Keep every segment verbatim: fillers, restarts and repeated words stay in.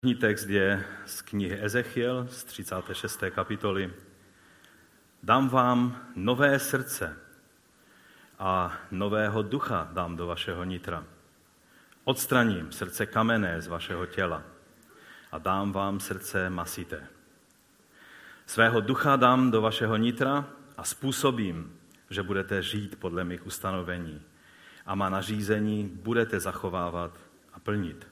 První text je z knihy Ezechiel z třicáté šesté kapitoly. Dám vám nové srdce a nového ducha dám do vašeho nitra. Odstraním srdce kamenné z vašeho těla a dám vám srdce masité. Svého ducha dám do vašeho nitra a způsobím, že budete žít podle mých ustanovení a má nařízení budete zachovávat a plnit.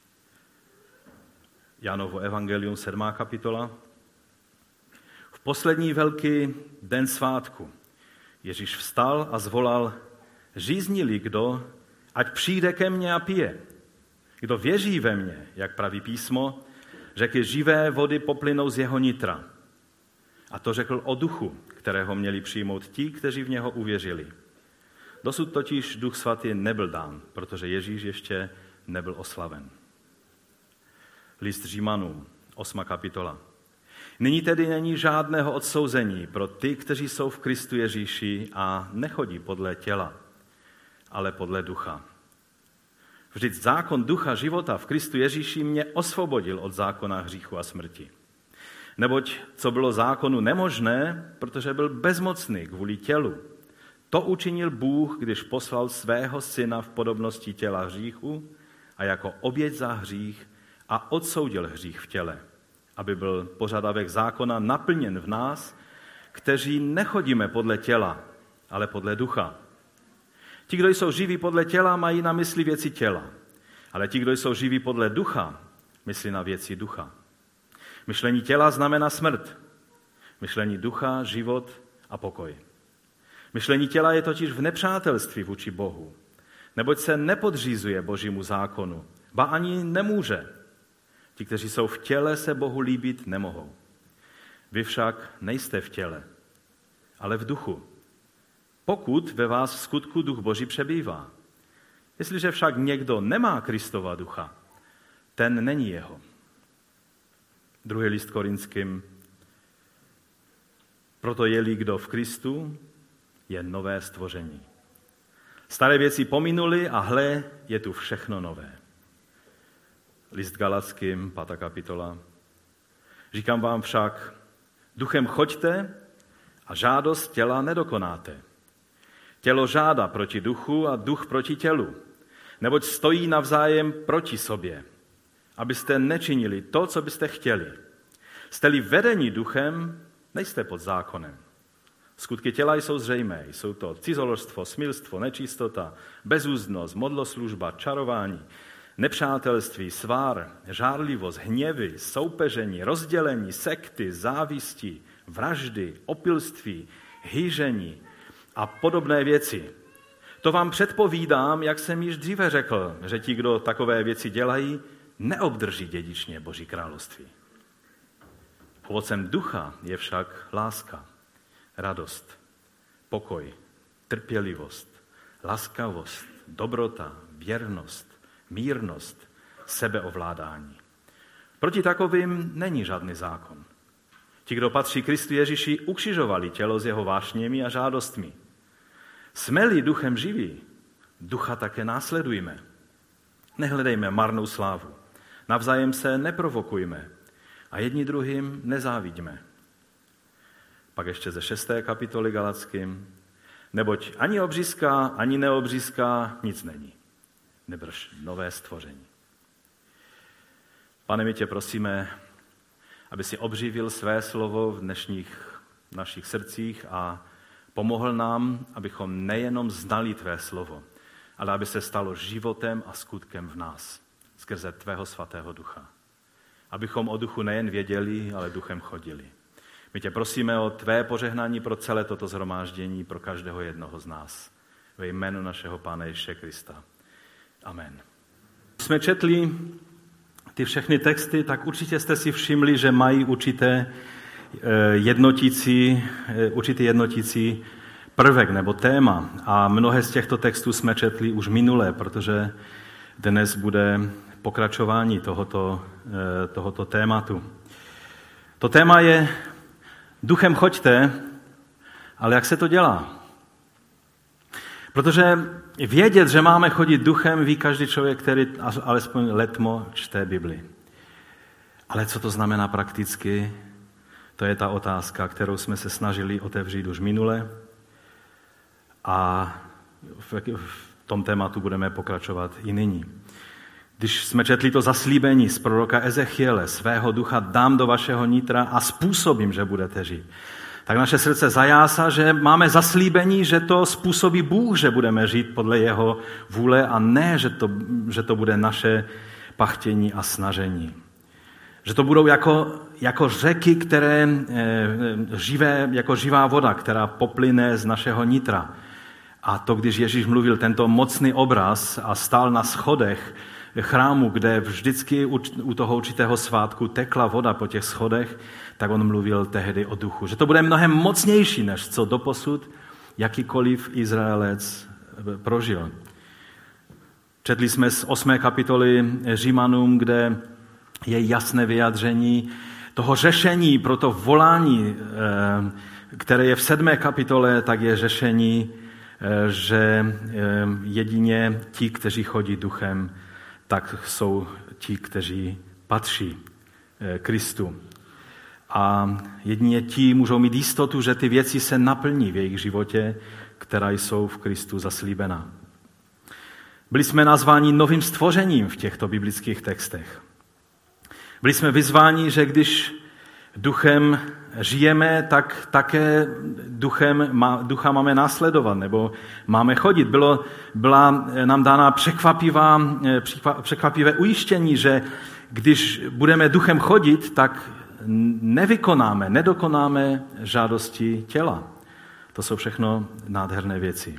Jánovo evangelium, sedmá kapitola. V poslední velký den svátku Ježíš vstal a zvolal: žízní-li kdo, ať přijde ke mně a pije. Kdo věří ve mně, jak praví písmo, řeky živé vody poplynou z jeho nitra. A to řekl o duchu, kterého měli přijmout ti, kteří v něho uvěřili. Dosud totiž Duch svatý nebyl dán, protože Ježíš ještě nebyl oslaven. List Římanům, osmá kapitola. Nyní tedy není žádného odsouzení pro ty, kteří jsou v Kristu Ježíši a nechodí podle těla, ale podle ducha. Vždyť zákon ducha života v Kristu Ježíši mě osvobodil od zákona hříchu a smrti. Neboť co bylo zákonu nemožné, protože byl bezmocný kvůli tělu, to učinil Bůh, když poslal svého syna v podobnosti těla hříchu a jako oběť za hřích a odsoudil hřích v těle, aby byl požadavek zákona naplněn v nás, kteří nechodíme podle těla, ale podle ducha. Ti, kdo jsou živí podle těla, mají na mysli věci těla, ale ti, kdo jsou živí podle ducha, myslí na věci ducha. Myšlení těla znamená smrt, myšlení ducha, život a pokoj. Myšlení těla je totiž v nepřátelství vůči Bohu, neboť se nepodřízuje Božímu zákonu, ba ani nemůže. Ti, kteří jsou v těle, se Bohu líbit nemohou. Vy však nejste v těle, ale v duchu. Pokud ve vás v skutku duch Boží přebývá. Jestliže však někdo nemá Kristova ducha, ten není jeho. Druhý list Korinským. Proto je-li kdo v Kristu, je nové stvoření. Staré věci pominuly a hle, je tu všechno nové. List Galackým, pátá kapitola. Říkám vám však, duchem choďte a žádost těla nedokonáte. Tělo žádá proti duchu a duch proti tělu, neboť stojí navzájem proti sobě, abyste nečinili to, co byste chtěli. Jste-li vedení duchem, nejste pod zákonem. Skutky těla jsou zřejmé, jsou to cizoložstvo, smilstvo, nečistota, bezúzdnost, modloslužba, čarování, nepřátelství, svár, žárlivost, hněvy, soupeření, rozdělení, sekty, závisti, vraždy, opilství, hýžení a podobné věci. To vám předpovídám, jak jsem již dříve řekl, že ti, kdo takové věci dělají, neobdrží dědičně Boží království. Ovocem ducha je však láska, radost, pokoj, trpělivost, laskavost, dobrota, věrnost, mírnost, sebeovládání. Proti takovým není žádný zákon. Ti, kdo patří Kristu Ježíši, ukřižovali tělo s jeho vášněmi a žádostmi. Jsme-li duchem živí, ducha také následujme. Nehledejme marnou slávu. Navzájem se neprovokujme a jedni druhým nezáviďme. Pak ještě ze šesté kapitoly Galackým. Neboť ani obřízka, ani neobřízka nic není. Nebrž nové stvoření. Pane, my tě prosíme, aby si obživil své slovo v dnešních našich srdcích a pomohl nám, abychom nejenom znali tvé slovo, ale aby se stalo životem a skutkem v nás, skrze tvého svatého ducha. Abychom o duchu nejen věděli, ale duchem chodili. My tě prosíme o tvé požehnání pro celé toto shromáždění, pro každého jednoho z nás. Ve jménu našeho Pána Ježíše Krista. Amen. Když jsme četli ty všechny texty, tak určitě jste si všimli, že mají určité jednotící, určitý jednotící prvek nebo téma. A mnohé z těchto textů jsme četli už minule, protože dnes bude pokračování tohoto, tohoto tématu. To téma je duchem choďte, ale jak se to dělá? Protože vědět, že máme chodit duchem, ví každý člověk, který alespoň letmo čte Bibli. Ale co to znamená prakticky? To je ta otázka, kterou jsme se snažili otevřít už minule. A v tom tématu budeme pokračovat i nyní. Když jsme četli to zaslíbení z proroka Ezechiele, svého ducha dám do vašeho nitra a způsobím, že budete žít, tak naše srdce zajásá, že máme zaslíbení, že to způsobí Bůh, že budeme žít podle jeho vůle a ne, že to, že to bude naše pachtění a snažení. Že to budou jako, jako řeky, které e, živé, jako živá voda, která poplyne z našeho nitra. A to, když Ježíš mluvil tento mocný obraz a stál na schodech chrámu, kde vždycky u, u toho určitého svátku tekla voda po těch schodech, tak on mluvil tehdy o duchu. Že to bude mnohem mocnější, než co doposud jakýkoliv Izraelec prožil. Četli jsme z osmé kapitoly Římanům, kde je jasné vyjádření toho řešení pro to volání, které je v sedmé kapitole, tak je řešení, že jedině ti, kteří chodí duchem, tak jsou ti, kteří patří Kristu. A jedině ti můžou mít jistotu, že ty věci se naplní v jejich životě, která jsou v Kristu zaslíbena. Byli jsme nazváni novým stvořením v těchto biblických textech. Byli jsme vyzváni, že když duchem žijeme, tak také duchem, ducha máme následovat, nebo máme chodit. Bylo, byla nám dána překvapivá, překvapivé ujištění, že když budeme duchem chodit, tak nevykonáme, nedokonáme žádosti těla. To jsou všechno nádherné věci.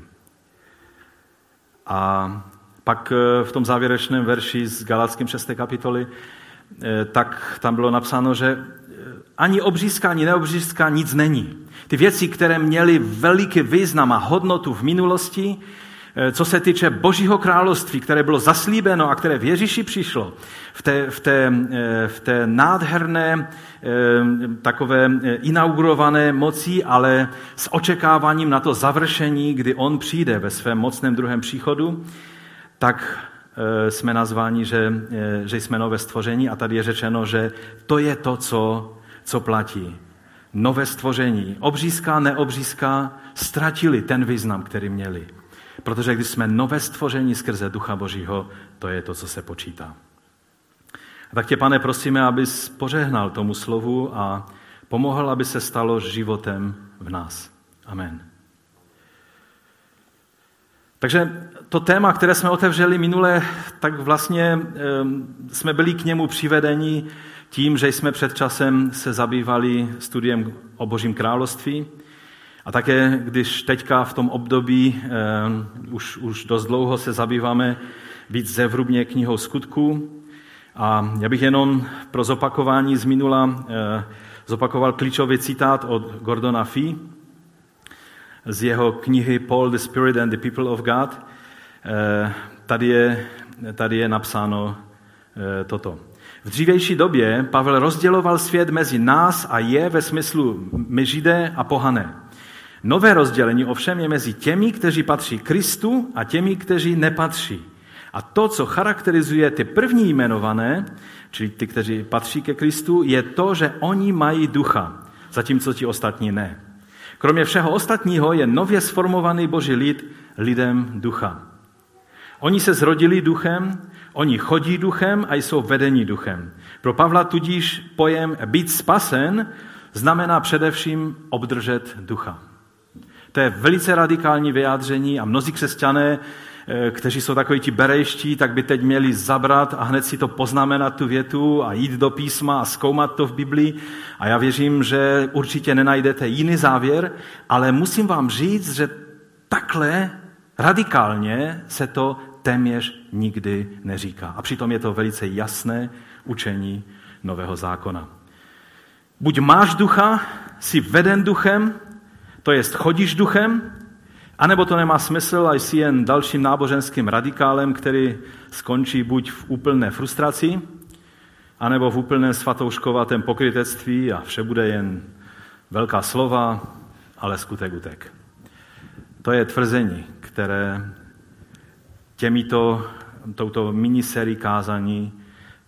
A pak v tom závěrečném verši z Galatským šesté kapitoly, tak tam bylo napsáno, že ani obřízka, ani neobřízka nic není. Ty věci, které měly veliký význam a hodnotu v minulosti, co se týče Božího království, které bylo zaslíbeno a které v Ježíši přišlo, v té, v té, v té nádherné, takové inaugurované moci, ale s očekáváním na to završení, kdy on přijde ve svém mocném druhém příchodu, tak jsme nazváni, že, že jsme nové stvoření a tady je řečeno, že to je to, co, co platí. Nové stvoření. Obřízka, neobřízka ztratili ten význam, který měli. Protože když jsme nové stvoření skrze Ducha Božího, to je to, co se počítá. A tak tě, Pane, prosíme, abys požehnal tomu slovu a pomohl, aby se stalo životem v nás. Amen. Takže to téma, které jsme otevřeli minule, tak vlastně e, jsme byli k němu přivedeni tím, že jsme před časem se zabývali studiem o Božím království. A také, když teďka v tom období e, už, už dost dlouho se zabýváme víc zevrubně knihou Skutků. A já bych jenom pro zopakování z minula e, zopakoval klíčový citát od Gordona Fee z jeho knihy Paul, the Spirit and the People of God. Tady je, tady je napsáno toto. V dřívější době Pavel rozděloval svět mezi nás a je ve smyslu my Židé a pohané. Nové rozdělení ovšem je mezi těmi, kteří patří Kristu a těmi, kteří nepatří. A to, co charakterizuje ty první jmenované, čili ty, kteří patří ke Kristu, je to, že oni mají ducha, zatímco ti ostatní ne. Kromě všeho ostatního je nově sformovaný Boží lid lidem ducha. Oni se zrodili duchem, oni chodí duchem a jsou vedeni duchem. Pro Pavla tudíž pojem být spasen znamená především obdržet ducha. To je velice radikální vyjádření a mnozí křesťané, kteří jsou takoví ti berejští, tak by teď měli zabrat a hned si to poznamenat tu větu a jít do písma a zkoumat to v Biblii. A já věřím, že určitě nenajdete jiný závěr, ale musím vám říct, že takhle radikálně se to téměř nikdy neříká. A přitom je to velice jasné učení Nového zákona. Buď máš ducha, jsi veden duchem, to jest chodíš duchem, anebo to nemá smysl a jsi jen dalším náboženským radikálem, který skončí buď v úplné frustraci, anebo v úplném svatouškovatém pokrytectví a vše bude jen velká slova, ale skutek utek. To je tvrzení, které těmito, touto minisérií kázání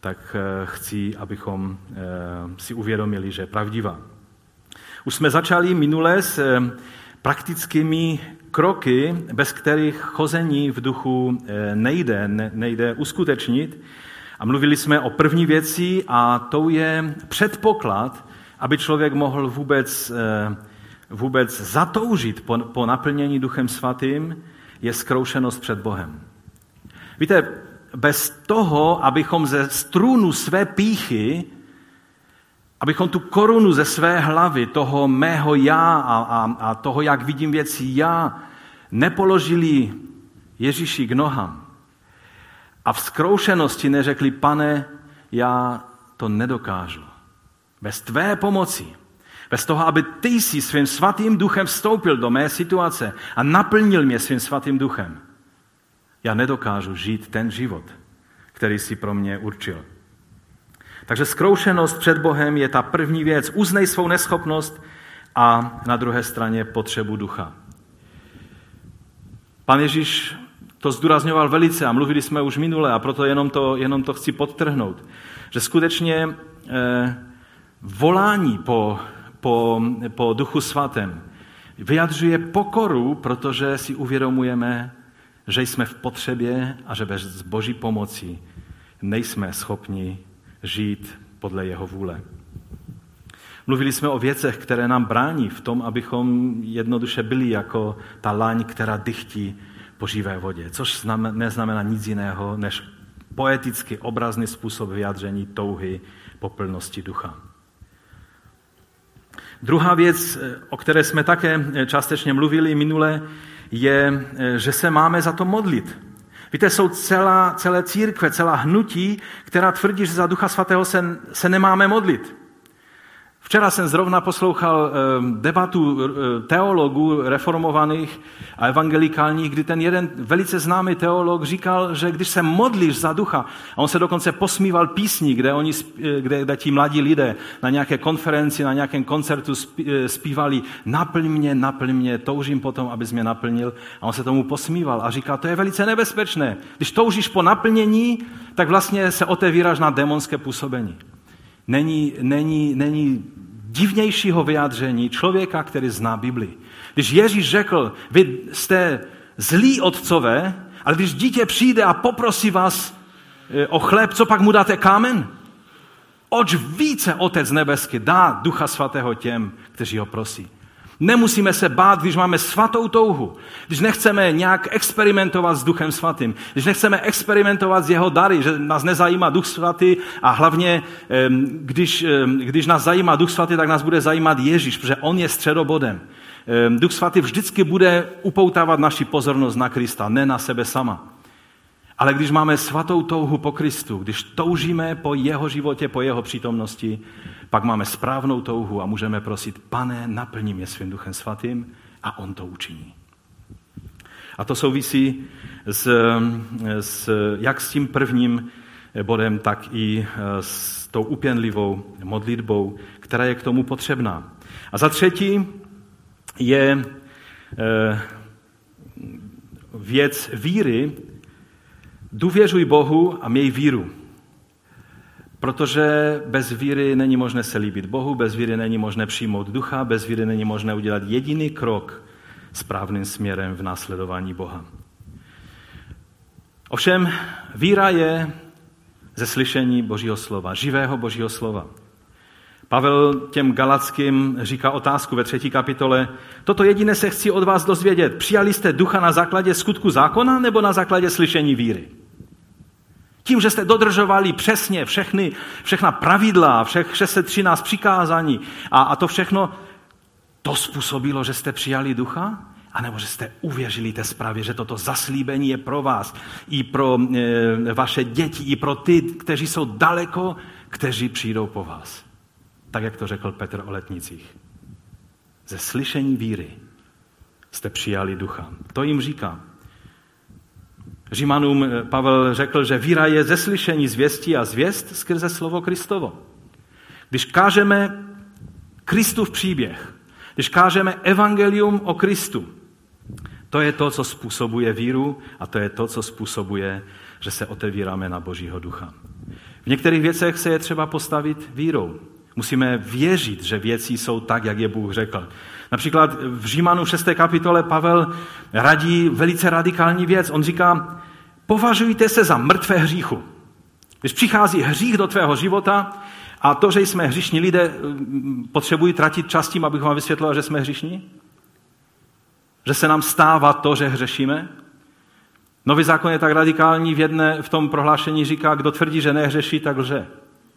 tak chci, abychom si uvědomili, že je pravdivá. Už jsme začali minule s praktickými kroky, bez kterých chození v duchu nejde, nejde uskutečnit. A mluvili jsme o první věci a to je předpoklad, aby člověk mohl vůbec, vůbec zatoužit po, po naplnění Duchem Svatým, je zkroušenost před Bohem. Víte, bez toho, abychom ze strunu své pýchy, abychom tu korunu ze své hlavy, toho mého já a, a, a toho, jak vidím věci já, nepoložili Ježíši k nohám a v zkroušenosti neřekli, Pane, já to nedokážu. Bez tvé pomoci, bez toho, aby ty jsi svým svatým duchem vstoupil do mé situace a naplnil mě svým svatým duchem, já nedokážu žít ten život, který jsi pro mě určil. Takže zkroušenost před Bohem je ta první věc. Uznej svou neschopnost a na druhé straně potřebu ducha. Pan Ježíš to zdůrazňoval velice a mluvili jsme už minule a proto jenom to, jenom to chci podtrhnout, že skutečně eh, volání po, po, po Duchu Svatém vyjadřuje pokoru, protože si uvědomujeme, že jsme v potřebě a že bez Boží pomoci nejsme schopni žít podle jeho vůle. Mluvili jsme o věcech, které nám brání v tom, abychom jednoduše byli jako ta laň, která dychtí po živé vodě, což neznamená nic jiného, než poeticky obrazný způsob vyjádření touhy po plnosti ducha. Druhá věc, o které jsme také částečně mluvili minule, je, že se máme za to modlit. Víte, jsou celá, celé církve, celá hnutí, která tvrdí, že za Ducha Svatého se, se nemáme modlit. Včera jsem zrovna poslouchal debatu teologů reformovaných a evangelikálních, kdy ten jeden velice známý teolog říkal, že když se modlíš za ducha, a on se dokonce posmíval písní, kde, oni, kde, kde ti mladí lidé na nějaké konferenci, na nějakém koncertu zpívali naplň mě, naplň mě, toužím potom, abys mě naplnil. A on se tomu posmíval a říkal, to je velice nebezpečné. Když toužíš po naplnění, tak vlastně se otevíráš na démonské působení. Není, není, není divnějšího vyjádření člověka, který zná Bibli. Když Ježíš řekl, vy jste zlí otcové, ale když dítě přijde a poprosí vás o chléb, co pak mu dáte kámen? Oč více Otec nebeský dá Ducha Svatého těm, kteří ho prosí. Nemusíme se bát, když máme svatou touhu, když nechceme nějak experimentovat s Duchem Svatým, když nechceme experimentovat s jeho dary, že nás nezajímá Duch Svatý a hlavně, když, když nás zajímá Duch Svatý, tak nás bude zajímat Ježíš, protože on je středobodem. Duch Svatý vždycky bude upoutávat naši pozornost na Krista, ne na sebe sama. Ale když máme svatou touhu po Kristu, když toužíme po jeho životě, po jeho přítomnosti, pak máme správnou touhu a můžeme prosit, Pane, naplni mě svým Duchem Svatým a on to učiní. A to souvisí s, s, jak s tím prvním bodem, tak i s tou úpěnlivou modlitbou, která je k tomu potřebná. A za třetí je eh, věc víry. Důvěřuj Bohu a měj víru. Protože bez víry není možné se líbit Bohu, bez víry není možné přijmout ducha, bez víry není možné udělat jediný krok správným směrem v následování Boha. Ovšem, víra je ze slyšení Božího slova, živého Božího slova. Pavel těm Galackým říká otázku ve třetí kapitole, toto jediné se chci od vás dozvědět, přijali jste ducha na základě skutku zákona nebo na základě slyšení víry? Tím, že jste dodržovali přesně všechny, všechna pravidla, všech šest set třináct přikázání a, a to všechno, to způsobilo, že jste přijali ducha? A nebo že jste uvěřili té zprávě, že toto zaslíbení je pro vás, i pro e, vaše děti, i pro ty, kteří jsou daleko, kteří přijdou po vás. Tak, jak to řekl Petr o letnicích. Ze slyšení víry jste přijali ducha. To jim říká. Římanům Pavel řekl, že víra je ze slyšení zvěstí a zvěst skrze slovo Kristovo. Když kážeme Kristův příběh, když kážeme evangelium o Kristu, to je to, co způsobuje víru a to je to, co způsobuje, že se otevíráme na Božího ducha. V některých věcech se je třeba postavit vírou. Musíme věřit, že věci jsou tak, jak je Bůh řekl. Například v Římanům šesté kapitole Pavel radí velice radikální věc. On říká, považujte se za mrtvé hříchu. Když přichází hřích do tvého života a to, že jsme hříšní lidé, potřebují tratit čas tím, abych vám vysvětlil, že jsme hříšní? Že se nám stává to, že hřešíme? Nový zákon je tak radikální, v, jedné, v tom prohlášení říká, kdo tvrdí, že nehřeší, tak lže.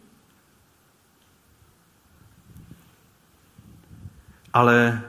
Ale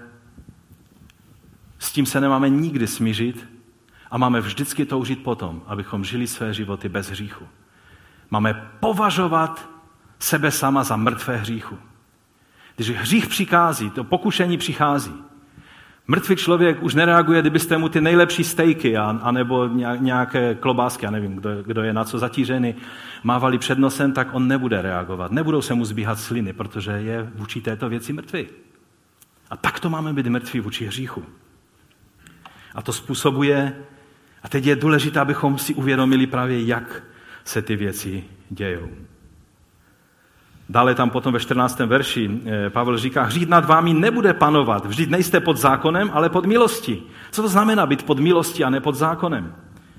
s tím se nemáme nikdy smířit a máme vždycky toužit potom, abychom žili své životy bez hříchu. Máme považovat sebe sama za mrtvé hříchu. Když hřích přichází, to pokušení přichází, mrtvý člověk už nereaguje, kdybyste mu ty nejlepší stejky a, a nebo nějaké klobásky, já nevím, kdo, kdo je na co zatížený, mávali před nosem, tak on nebude reagovat. Nebudou se mu zbíhat sliny, protože je vůči této věci mrtvý. A tak to máme být mrtví vůči hříchu. A to způsobuje, a teď je důležité, abychom si uvědomili právě, jak se ty věci dějou. Dále tam potom ve čtrnáctém verši Pavel říká, hřích nad vámi nebude panovat, vždyť nejste pod zákonem, ale pod milostí. Co to znamená být pod milostí a ne pod zákonem?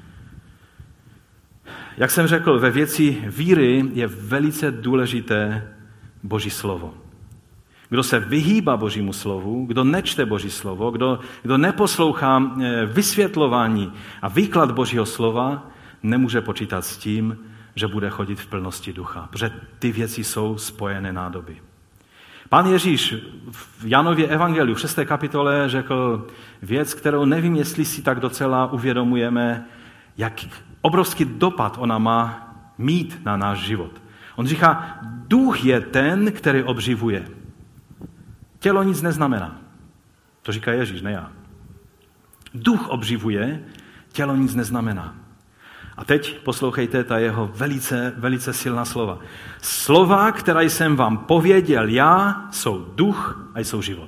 Jak jsem řekl, ve věci víry je velice důležité Boží slovo. Kdo se vyhýbá Božímu slovu, kdo nečte Boží slovo, kdo, kdo neposlouchá vysvětlování a výklad Božího slova, nemůže počítat s tím, že bude chodit v plnosti ducha, protože ty věci jsou spojené nádoby. Pán Ježíš v Janově evangeliu v šesté kapitole řekl věc, kterou nevím, jestli si tak docela uvědomujeme, jak obrovský dopad ona má mít na náš život. On říká, duch je ten, který obživuje. Tělo nic neznamená. To říká Ježíš, ne já. Duch obživuje, tělo nic neznamená. A teď poslouchejte ta jeho velice, velice silná slova. Slova, která jsem vám pověděl já, jsou duch a jsou život.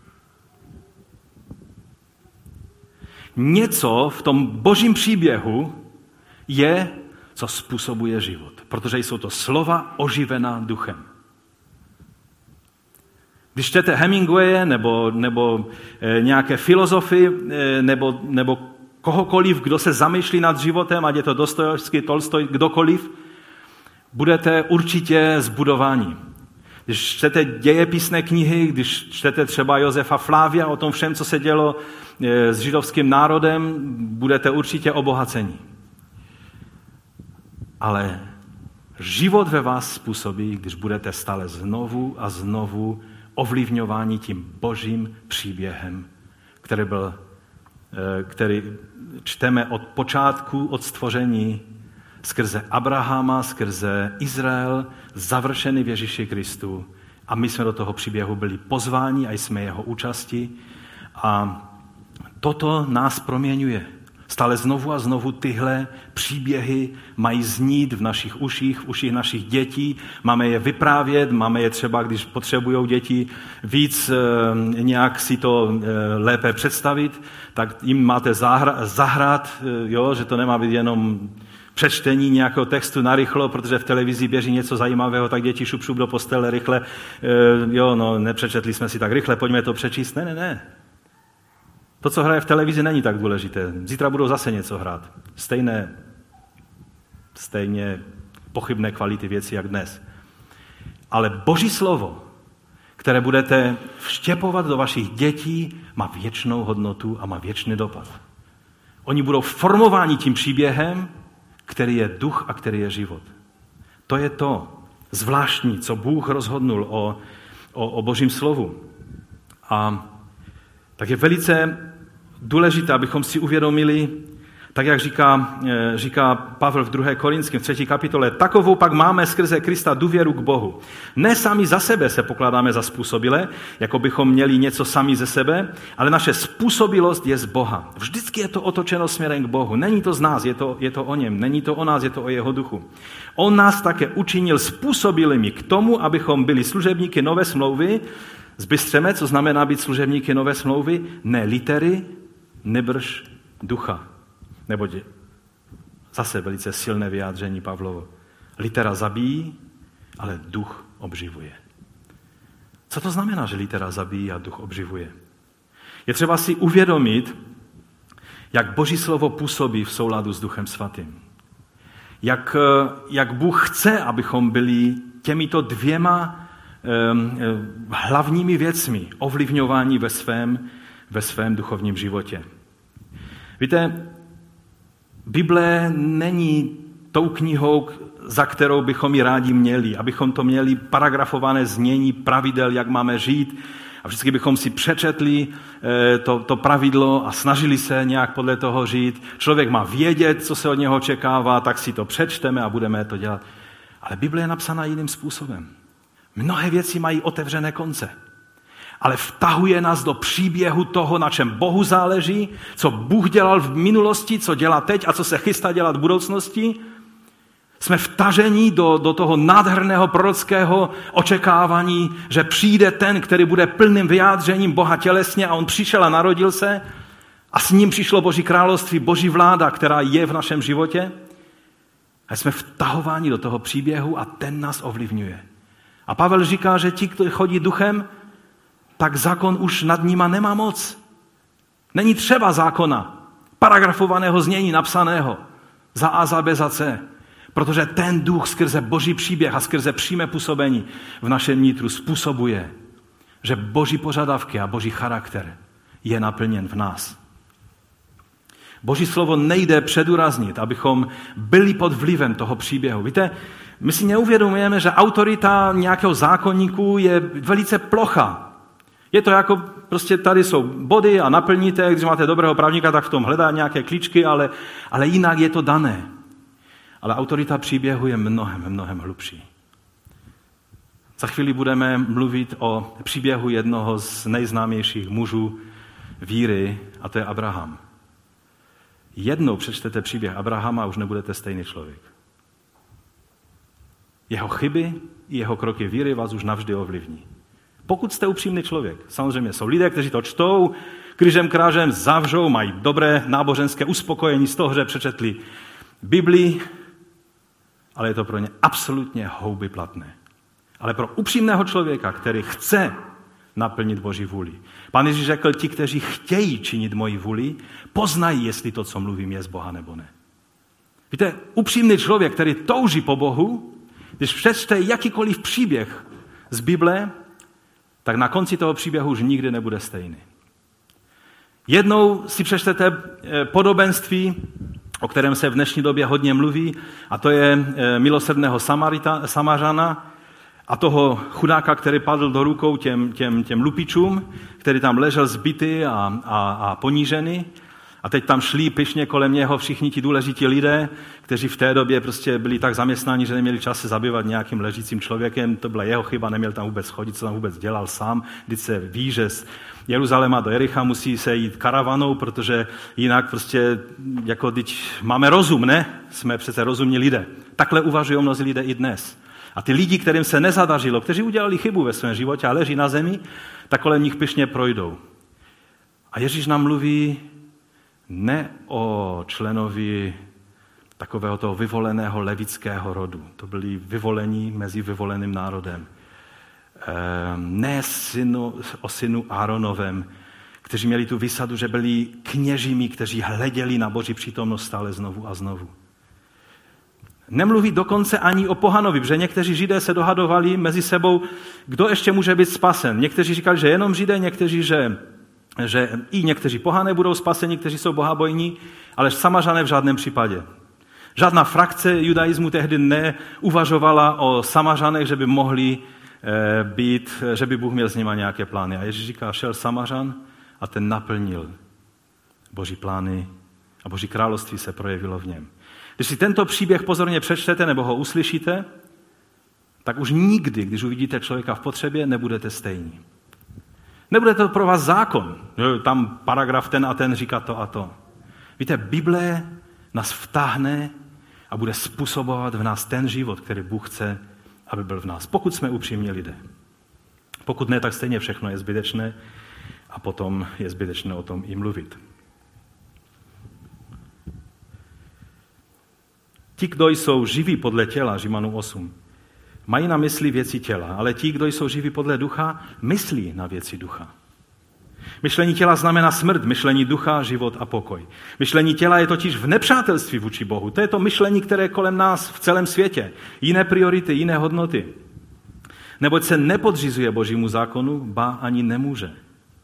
Něco v tom božím příběhu je, co způsobuje život. Protože jsou to slova oživená duchem. Když čtete Hemingwaye nebo, nebo e, nějaké filozofy nebo, nebo kohokoliv, kdo se zamýšlí nad životem, ať je to Dostojevský, Tolstoj, kdokoliv, budete určitě zbudováni. Když čtete dějepisné knihy, když čtete třeba Josefa Flávia o tom všem, co se dělo s židovským národem, budete určitě obohaceni. Ale život ve vás způsobí, když budete stále znovu a znovu ovlivňováni tím božím příběhem, který byl který čteme od počátku, od stvoření, skrze Abrahama, skrze Izrael, završený v Ježíši Kristu. A my jsme do toho příběhu byli pozváni a jsme jeho účasti. A toto nás proměňuje. Stále znovu a znovu tyhle příběhy mají znít v našich uších, v uších našich dětí. Máme je vyprávět, máme je třeba, když potřebují děti víc e, nějak si to e, lépe představit, tak jim máte zahra, zahrát, e, jo, že to nemá být jenom přečtení nějakého textu narychlo, protože v televizi běží něco zajímavého, tak děti šup, šup do postele rychle. E, jo, no, nepřečetli jsme si tak rychle, pojďme to přečíst. Ne, ne, ne. To, co hraje v televizi, není tak důležité. Zítra budou zase něco hrát. Stejné, stejně pochybné kvality věci, jak dnes. Ale Boží slovo, které budete vštěpovat do vašich dětí, má věčnou hodnotu a má věčný dopad. Oni budou formováni tím příběhem, který je duch a který je život. To je to zvláštní, co Bůh rozhodnul o, o, o Božím slovu. A tak je velice důležité, abychom si uvědomili, tak jak říká, říká Pavel v druhé Korinském, v třetí kapitole, takovou pak máme skrze Krista důvěru k Bohu. Ne sami za sebe se pokládáme za způsobilé, jako bychom měli něco sami ze sebe, ale naše způsobilost je z Boha. Vždycky je to otočeno směrem k Bohu. Není to z nás, je to, je to o něm. Není to o nás, je to o jeho duchu. On nás také učinil způsobilými k tomu, abychom byli služebníky nové smlouvy. Zbystřeme, co znamená být služebníky nové smlouvy? Ne litery, nebrž ducha. Neboť zase velice silné vyjádření Pavlovo. Litera zabíjí, ale duch obživuje. Co to znamená, že litera zabíjí a duch obživuje? Je třeba si uvědomit, jak Boží slovo působí v souladu s Duchem Svatým. Jak, jak Bůh chce, abychom byli těmito dvěma um, hlavními věcmi ovlivňování ve svém, ve svém duchovním životě. Víte, Bible není tou knihou, za kterou bychom ji rádi měli, abychom to měli paragrafované znění pravidel, jak máme žít, a vždycky bychom si přečetli to, to pravidlo a snažili se nějak podle toho žít. Člověk má vědět, co se od něho očekává, tak si to přečteme a budeme to dělat. Ale Bible je napsaná jiným způsobem. Mnohé věci mají otevřené konce. Ale vtahuje nás do příběhu toho, na čem Bohu záleží, co Bůh dělal v minulosti, co dělá teď a co se chystá dělat v budoucnosti. Jsme vtaženi do, do toho nádherného prorockého očekávání, že přijde ten, který bude plným vyjádřením Boha tělesně, a on přišel a narodil se a s ním přišlo Boží království, Boží vláda, která je v našem životě. A jsme vtahováni do toho příběhu a ten nás ovlivňuje. A Pavel říká, že ti, kteří chodí duchem, tak zákon už nad nima nemá moc. Není třeba zákona, paragrafovaného znění napsaného za A, za B, za C. Protože ten duch skrze Boží příběh a skrze přímé působení v našem nitru způsobuje, že Boží požadavky a Boží charakter je naplněn v nás. Boží slovo nejde předůraznit, abychom byli pod vlivem toho příběhu. Víte, my si neuvědomujeme, že autorita nějakého zákonníku je velice plochá. Je to jako, prostě tady jsou body a naplníte, když máte dobrého právníka, tak v tom hledá nějaké klíčky, ale, ale jinak je to dané. Ale autorita příběhu je mnohem, mnohem hlubší. Za chvíli budeme mluvit o příběhu jednoho z nejznámějších mužů víry, a to je Abraham. Jednou přečtete příběh Abrahama a už nebudete stejný člověk. Jeho chyby i jeho kroky víry vás už navždy ovlivní. Pokud jste upřímný člověk, samozřejmě jsou lidé, kteří to čtou, křížem krážem zavřou, mají dobré náboženské uspokojení z toho, že přečetli Biblii, ale je to pro ně absolutně houbyplatné. Ale pro upřímného člověka, který chce naplnit Boží vůli. Pán Ježíš řekl, ti, kteří chtějí činit moji vůli, poznají, jestli to, co mluvím, je z Boha nebo ne. Víte, upřímný člověk, který touží po Bohu, když přečte jakýkoliv příběh z Bible, tak na konci toho příběhu už nikdy nebude stejný. Jednou si přečtete podobenství, o kterém se v dnešní době hodně mluví, a to je milosrdného Samarita, Samařana a toho chudáka, který padl do rukou těm, těm, těm lupičům, který tam ležel zbitý a, a, a ponížený. A teď tam šli pyšně kolem něho všichni ti důležití lidé, kteří v té době prostě byli tak zaměstnáni, že neměli čas se zabývat nějakým ležícím člověkem. To byla jeho chyba, neměl tam vůbec chodit, co tam vůbec dělal sám. Když se ví, že z Jeruzaléma do Jericha musí se jít karavanou, protože jinak prostě, jako když máme rozum, ne? Jsme přece rozumní lidé. Takhle uvažují mnozí lidé i dnes. A ty lidi, kterým se nezadařilo, kteří udělali chybu ve svém životě a leží na zemi, tak kolem nich pyšně projdou. A Ježíš nám mluví ne o členovi takového toho vyvoleného levického rodu. To byli vyvolení mezi vyvoleným národem. Ne synu, o synu Áronovém, kteří měli tu výsadu, že byli kněžími, kteří hleděli na Boží přítomnost stále znovu a znovu. Nemluví dokonce ani o pohanovi, protože někteří Židé se dohadovali mezi sebou, kdo ještě může být spasen. Někteří říkali, že jenom Židé, někteří, že že i někteří pohané budou spaseni, kteří jsou bohabojní, ale Samařané v žádném případě. Žádná frakce judaismu tehdy neuvažovala o Samařanech, že by mohli být, že by Bůh měl s nimi nějaké plány. A Ježíš říká, šel Samařan a ten naplnil Boží plány a Boží království se projevilo v něm. Když si tento příběh pozorně přečtete nebo ho uslyšíte, tak už nikdy, když uvidíte člověka v potřebě, nebudete stejní. Nebude to pro vás zákon. Tam paragraf ten a ten říká to a to. Víte, Bible nás vtáhne a bude způsobovat v nás ten život, který Bůh chce, aby byl v nás. Pokud jsme upřímní lidé. Pokud ne, tak stejně všechno je zbytečné a potom je zbytečné o tom i mluvit. Ti, kdo jsou živí podle těla, Římanům osm, mají na mysli věci těla, ale ti, kdo jsou živí podle ducha, myslí na věci ducha. Myšlení těla znamená smrt, myšlení ducha, život a pokoj. Myšlení těla je totiž v nepřátelství vůči Bohu. To je to myšlení, které je kolem nás v celém světě. Jiné priority, jiné hodnoty. Neboť se nepodřizuje Božímu zákonu, ba ani nemůže.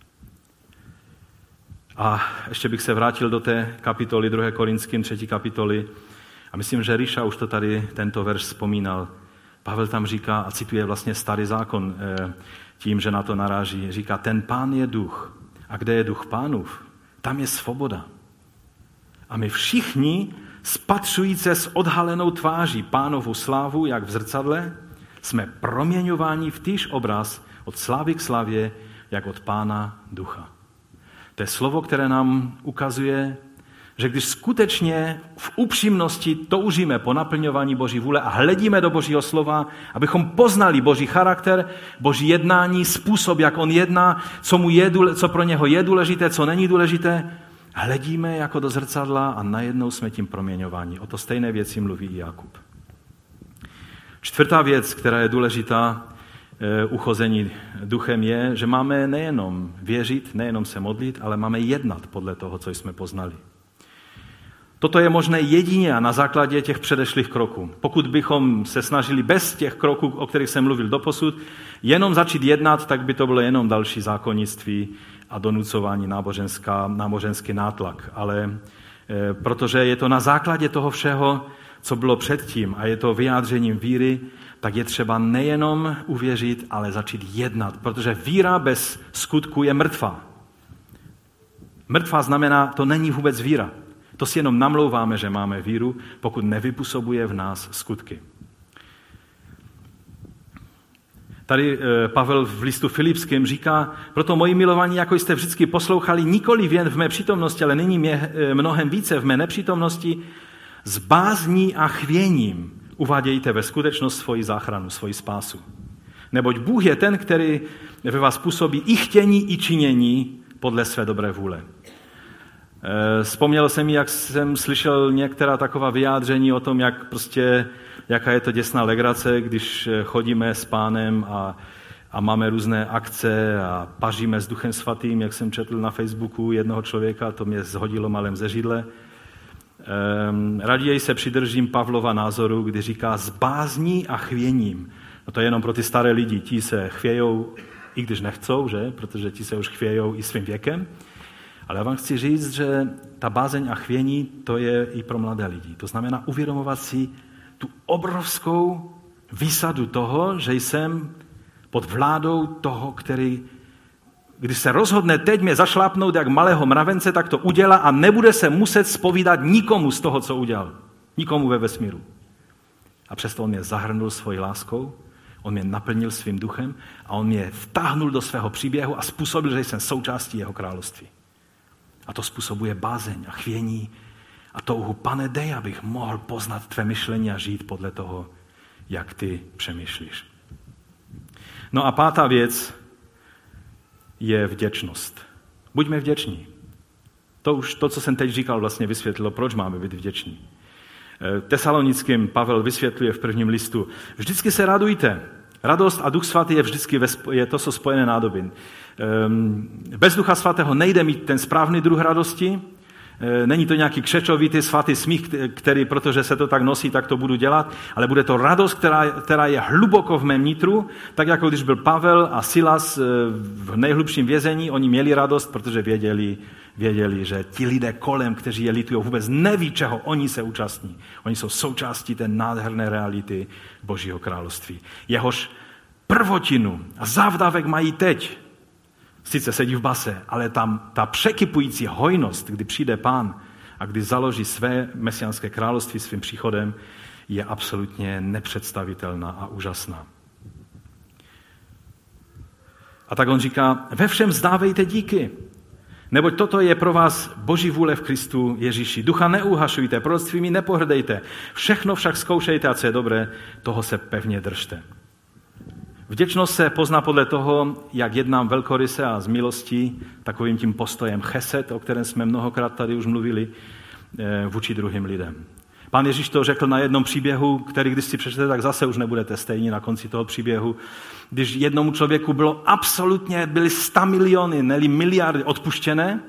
A ještě bych se vrátil do té kapitoly druhé Korinským, třetí kapitoly. A myslím, že Ríša už to tady tento verš vzpomínal. Pavel tam říká, a cituje vlastně starý zákon tím, že na to naráží, říká, ten Pán je duch. A kde je duch Pánův, tam je svoboda. A my všichni, spatřujíce s odhalenou tváří Pánovu slávu, jak v zrcadle, jsme proměňováni v týž obraz od slávy k slavě, jak od Pána ducha. To je slovo, které nám ukazuje, že když skutečně v upřímnosti toužíme po naplňování Boží vůle a hledíme do Božího slova, abychom poznali Boží charakter, Boží jednání, způsob, jak on jedná, co, mu je, co pro něho je důležité, co není důležité, hledíme jako do zrcadla a najednou jsme tím proměňováni. O to stejné věci mluví i Jakub. Čtvrtá věc, která je důležitá u chození duchem, je, že máme nejenom věřit, nejenom se modlit, ale máme jednat podle toho, co jsme poznali. Toto je možné jedině a na základě těch předešlých kroků. Pokud bychom se snažili bez těch kroků, o kterých jsem mluvil doposud, jenom začít jednat, tak by to bylo jenom další zákonnictví a donucování náboženská, náboženský nátlak. Ale e, protože je to na základě toho všeho, co bylo předtím a je to vyjádřením víry, tak je třeba nejenom uvěřit, ale začít jednat, protože víra bez skutku je mrtvá. Mrtvá znamená, to není vůbec víra. To si jenom namlouváme, že máme víru, pokud nevypůsobuje v nás skutky. Tady Pavel v listu Filipském říká, proto moji milovaní, jako jste vždycky poslouchali, nikoli jen v mé přítomnosti, ale nyní mě, mnohem více v mé nepřítomnosti, s bázní a chvěním uvádějte ve skutečnost svoji záchranu, svoji spásu. Neboť Bůh je ten, který ve vás působí i chtění, i činění podle své dobré vůle. Vzpomněl jsem, jak jsem slyšel některá taková vyjádření o tom, jak prostě, jaká je to děsná legrace, když chodíme s Pánem a, a máme různé akce a paříme s Duchem Svatým, jak jsem četl na Facebooku jednoho člověka, to mě zhodilo malem ze židle. Raději se přidržím Pavlova názoru, kdy říká s bázní a chvěním. No to je jenom pro ty staré lidi, ti se chvějou, i když nechcou, že? Protože ti se už chvějou i svým věkem. Ale já vám chci říct, že ta bázeň a chvění, to je i pro mladé lidi. To znamená uvědomovat si tu obrovskou výsadu toho, že jsem pod vládou toho, který, když se rozhodne teď mě zašlápnout jak malého mravence, tak to udělá a nebude se muset zpovídat nikomu z toho, co udělal. Nikomu ve vesmíru. A přesto on mě zahrnul svojí láskou, on mě naplnil svým duchem a on mě vtáhnul do svého příběhu a způsobil, že jsem součástí jeho království. A to způsobuje bázeň a chvění a touhu, Pane, dej, abych mohl poznat tvé myšlení a žít podle toho, jak ty přemýšlíš. No a pátá věc je vděčnost. Buďme vděční. To už to, co jsem teď říkal, vlastně vysvětlilo, proč máme být vděční. Tesalonickým Pavel vysvětluje v prvním listu. Vždycky se radujte. Radost a Duch Svatý je vždycky ve, je to, co spojené nádoby. Bez Ducha Svatého nejde mít ten správný druh radosti. Není to nějaký křečovitý svatý smích, který, protože se to tak nosí, tak to budu dělat, ale bude to radost, která, která je hluboko v mém nitru, tak jako když byl Pavel a Silas v nejhlubším vězení, oni měli radost, protože věděli, věděli, že ti lidé kolem, kteří je litují, vůbec neví, čeho oni se účastní. Oni jsou součástí té nádherné reality Božího království. Jehož prvotinu a závdavek mají teď. Sice sedí v base, ale tam ta překypující hojnost, kdy přijde Pán a kdy založí své mesiánské království svým příchodem, je absolutně nepředstavitelná a úžasná. A tak on říká, ve všem vzdávejte díky, neboť toto je pro vás Boží vůle v Kristu Ježíši. Ducha neuhašujte, proroctvími nepohrdejte, všechno však zkoušejte a co je dobré, toho se pevně držte. Vděčnost se pozná podle toho, jak jednám velkoryse a z milostí, takovým tím postojem chesed, o kterém jsme mnohokrát tady už mluvili, vůči druhým lidem. Pán Ježíš to řekl na jednom příběhu, který když si přečtete, tak zase už nebudete stejní na konci toho příběhu. Když jednomu člověku bylo absolutně, byly sta miliony, neli miliardy odpuštěné,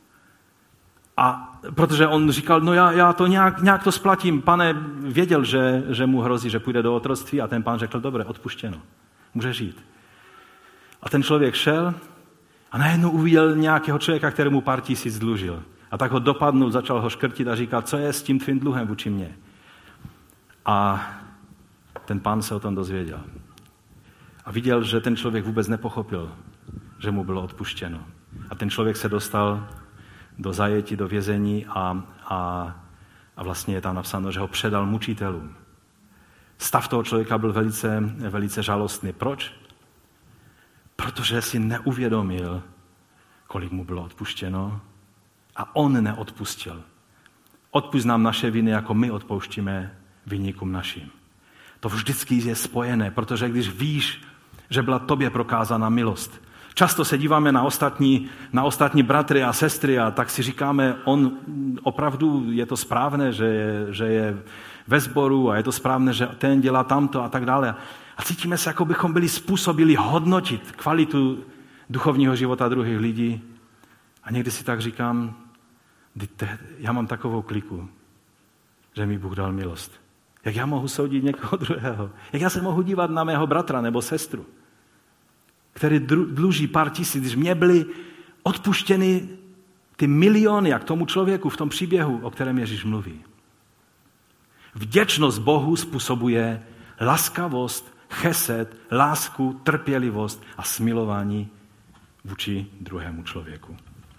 a protože on říkal, no já, já to nějak, nějak to splatím. Pane věděl, že, že mu hrozí, že půjde do otroctví, a ten pán řekl, dobré, odpuštěno, může žít. A ten člověk šel a najednou uviděl nějakého člověka, kterému pár tisíc dlužil. A tak ho dopadnul, začal ho škrtit a říkat, co je s tím tvým dluhem vůči mně. A ten pán se o tom dozvěděl. A viděl, že ten člověk vůbec nepochopil, že mu bylo odpuštěno. A ten člověk se dostal do zajetí, do vězení a, a, a vlastně je tam napsáno, že ho předal mučitelům. Stav toho člověka byl velice, velice žalostný. Proč? Protože si neuvědomil, kolik mu bylo odpuštěno, a on neodpustil. Odpusť nám naše viny, jako my odpouštíme viníkům našim. To vždycky je spojené, protože když víš, že byla tobě prokázána milost. Často se díváme na ostatní, na ostatní bratry a sestry a tak si říkáme, on opravdu je to správné, že je, že je ve sboru a je to správné, že ten dělá tamto a tak dále. A cítíme se, jako bychom byli způsobili hodnotit kvalitu duchovního života druhých lidí. A někdy si tak říkám, já mám takovou kliku, že mi Bůh dal milost. Jak já mohu soudit někoho druhého? Jak já se mohu dívat na mého bratra nebo sestru, který dluží pár tisíc, když mě byly odpuštěny ty miliony, jak tomu člověku v tom příběhu, o kterém Ježíš mluví. Vděčnost Bohu způsobuje laskavost, chesed, lásku, trpělivost a smilování vůči druhému člověku.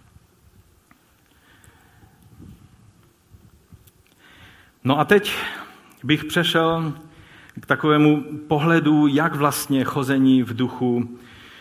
No a teď bych přešel k takovému pohledu, jak vlastně chození v duchu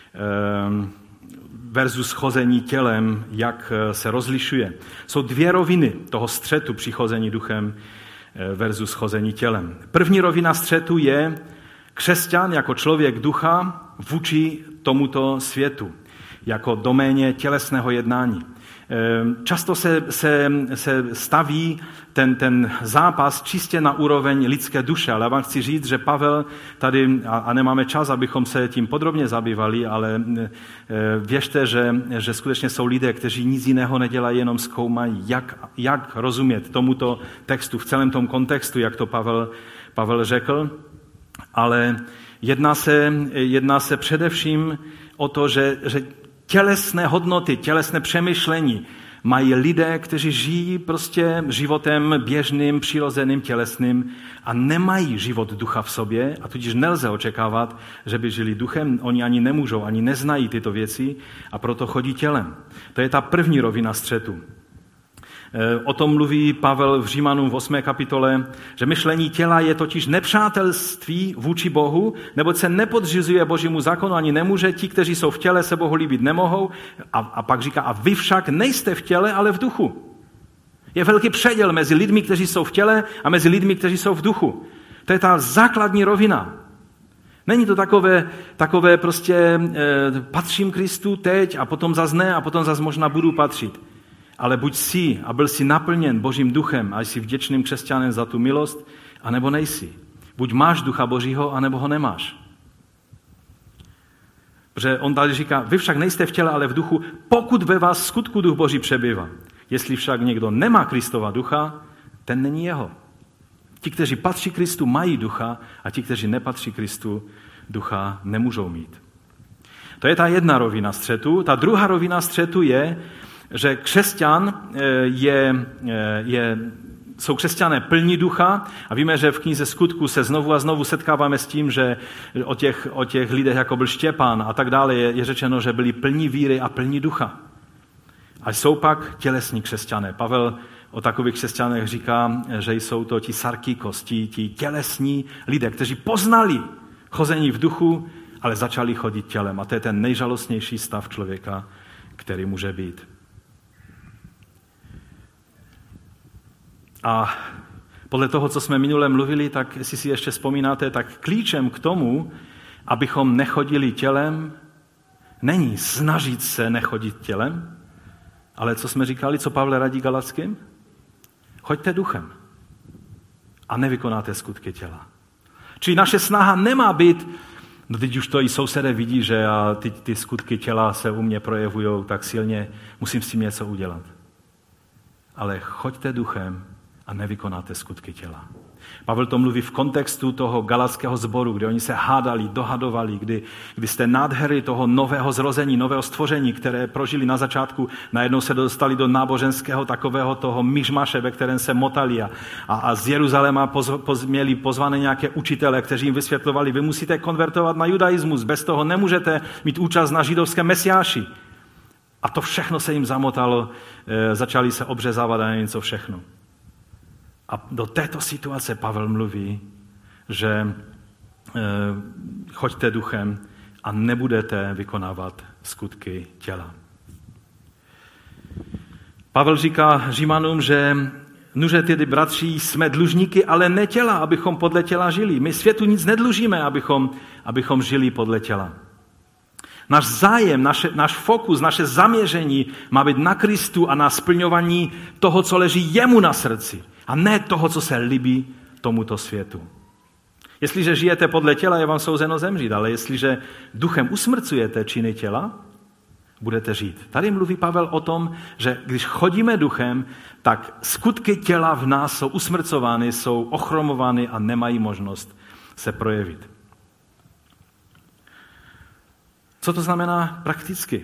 versus chození tělem, jak se rozlišuje. Jsou dvě roviny toho střetu při chození duchem versus chození tělem. První rovina střetu je křesťan jako člověk ducha vůči tomuto světu, jako doméně tělesného jednání. Často se, se, se staví ten, ten zápas čistě na úroveň lidské duše, ale já vám chci říct, že Pavel tady, a, a nemáme čas, abychom se tím podrobně zabývali, ale věřte, že, že skutečně jsou lidé, kteří nic jiného nedělají, jenom zkoumají, jak, jak rozumět tomuto textu v celém tom kontextu, jak to Pavel, Pavel řekl, ale jedná se, jedná se především o to, že, že tělesné hodnoty, tělesné přemýšlení mají lidé, kteří žijí prostě životem běžným, přirozeným, tělesným a nemají život ducha v sobě a tudíž nelze očekávat, že by žili duchem. Oni ani nemůžou, ani neznají tyto věci a proto chodí tělem. To je ta první rovina střetu. O tom mluví Pavel v Římanům v osmé kapitole, že myšlení těla je totiž nepřátelství vůči Bohu, neboť se nepodřizuje Božímu zákonu, ani nemůže. Ti, kteří jsou v těle, se Bohu líbit nemohou. A, a pak říká, a vy však nejste v těle, ale v duchu. Je velký předěl mezi lidmi, kteří jsou v těle, a mezi lidmi, kteří jsou v duchu. To je ta základní rovina. Není to takové, takové prostě e, patřím Kristu teď a potom zas ne a potom zas možná budu patřit. Ale buď jsi a byl jsi naplněn Božím duchem a jsi vděčným křesťanem za tu milost, anebo nejsi. Buď máš ducha Božího, anebo ho nemáš. Protože on tady říká, vy však nejste v těle, ale v duchu, pokud ve vás skutku duch Boží přebývá. Jestli však někdo nemá Kristova ducha, ten není jeho. Ti, kteří patří Kristu, mají ducha a ti, kteří nepatří Kristu, ducha nemůžou mít. To je ta jedna rovina střetu. Ta druhá rovina střetu je, že křesťan je, je, jsou křesťané plní ducha a víme, že v knize Skutku se znovu a znovu setkáváme s tím, že o těch, o těch lidech, jako byl Štěpán a tak dále, je, je řečeno, že byli plní víry a plní ducha. A jsou pak tělesní křesťané. Pavel o takových křesťanech říká, že jsou to ti sarkikos, ti, ti tělesní lidé, kteří poznali chození v duchu, ale začali chodit tělem. A to je ten nejžalostnější stav člověka, který může být. A podle toho, co jsme minule mluvili, tak jestli si ještě vzpomínáte, tak klíčem k tomu, abychom nechodili tělem, není snažit se nechodit tělem, ale co jsme říkali, co Pavle radí Galackým? Choďte duchem. a nevykonáte skutky těla. Čili naše snaha nemá být, no teď už to i sousedé vidí, že a ty, ty skutky těla se u mě projevují tak silně, musím s tím něco udělat. Ale choďte duchem a nevykonáte skutky těla. Pavel to mluví v kontextu toho galackého sboru, kde oni se hádali, dohadovali, kdy, kdy z té nádhery toho nového zrození, nového stvoření, které prožili na začátku, najednou se dostali do náboženského takového toho myšmaše, ve kterém se motali a, a, a z Jeruzaléma poz, poz, měli pozvané nějaké učitele, kteří jim vysvětlovali, vy musíte konvertovat na judaismus, bez toho nemůžete mít účast na židovském mesiáši. A to všechno se jim zamotalo, e, začali se obřezávat a nevím co všechno. A do této situace Pavel mluví, že e, choďte duchem a nebudete vykonávat skutky těla. Pavel říká Římanům, že nuže tedy bratři, jsme dlužníky, ale ne těla, abychom podle těla žili. My světu nic nedlužíme, abychom, abychom žili podle těla. Náš zájem, naše, náš fokus, naše zaměření má být na Kristu a na splňování toho, co leží jemu na srdci. A ne toho, co se líbí tomuto světu. Jestliže žijete podle těla, je vám souzeno zemřít, ale jestliže duchem usmrcujete činy těla, budete žít. Tady mluví Pavel o tom, že když chodíme duchem, tak skutky těla v nás jsou usmrcovány, jsou ochromovány a nemají možnost se projevit. Co to znamená prakticky?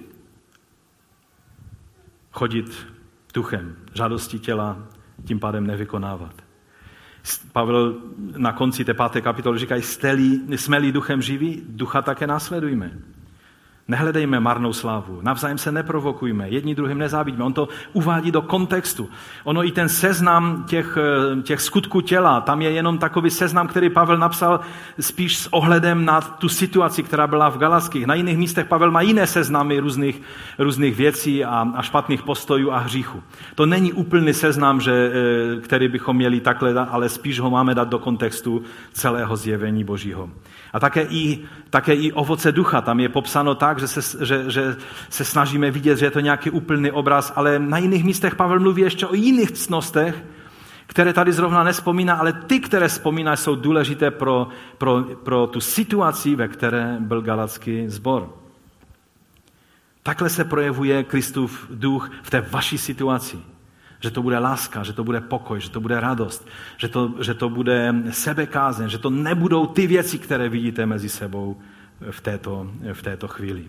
Chodit duchem, žádosti těla, tím pádem nevykonávat. Pavel na konci té páté kapitoly říká, jsme-li duchem živí, ducha také následujme. Nehledejme marnou slávu, navzájem se neprovokujme, jedni druhým nezávidíme. On to uvádí do kontextu. Ono i ten seznam těch, těch skutků těla, tam je jenom takový seznam, který Pavel napsal spíš s ohledem na tu situaci, která byla v Galackých. Na jiných místech Pavel má jiné seznamy různých, různých věcí a, a špatných postojů a hříchu. To není úplný seznam, že, který bychom měli takhle dát, ale spíš ho máme dát do kontextu celého zjevení Božího. A také i, také i ovoce ducha, tam je popsáno tak, že se, že, že se snažíme vidět, že je to nějaký úplný obraz, ale na jiných místech Pavel mluví ještě o jiných ctnostech, které tady zrovna nespomíná, ale ty, které vzpomíná, jsou důležité pro, pro, pro tu situaci, ve které byl galacký sbor. Takhle se projevuje Kristův duch v té vaší situaci. Že to bude láska, že to bude pokoj, že to bude radost, že to, že to bude sebekázeň, že to nebudou ty věci, které vidíte mezi sebou v této, v této chvíli.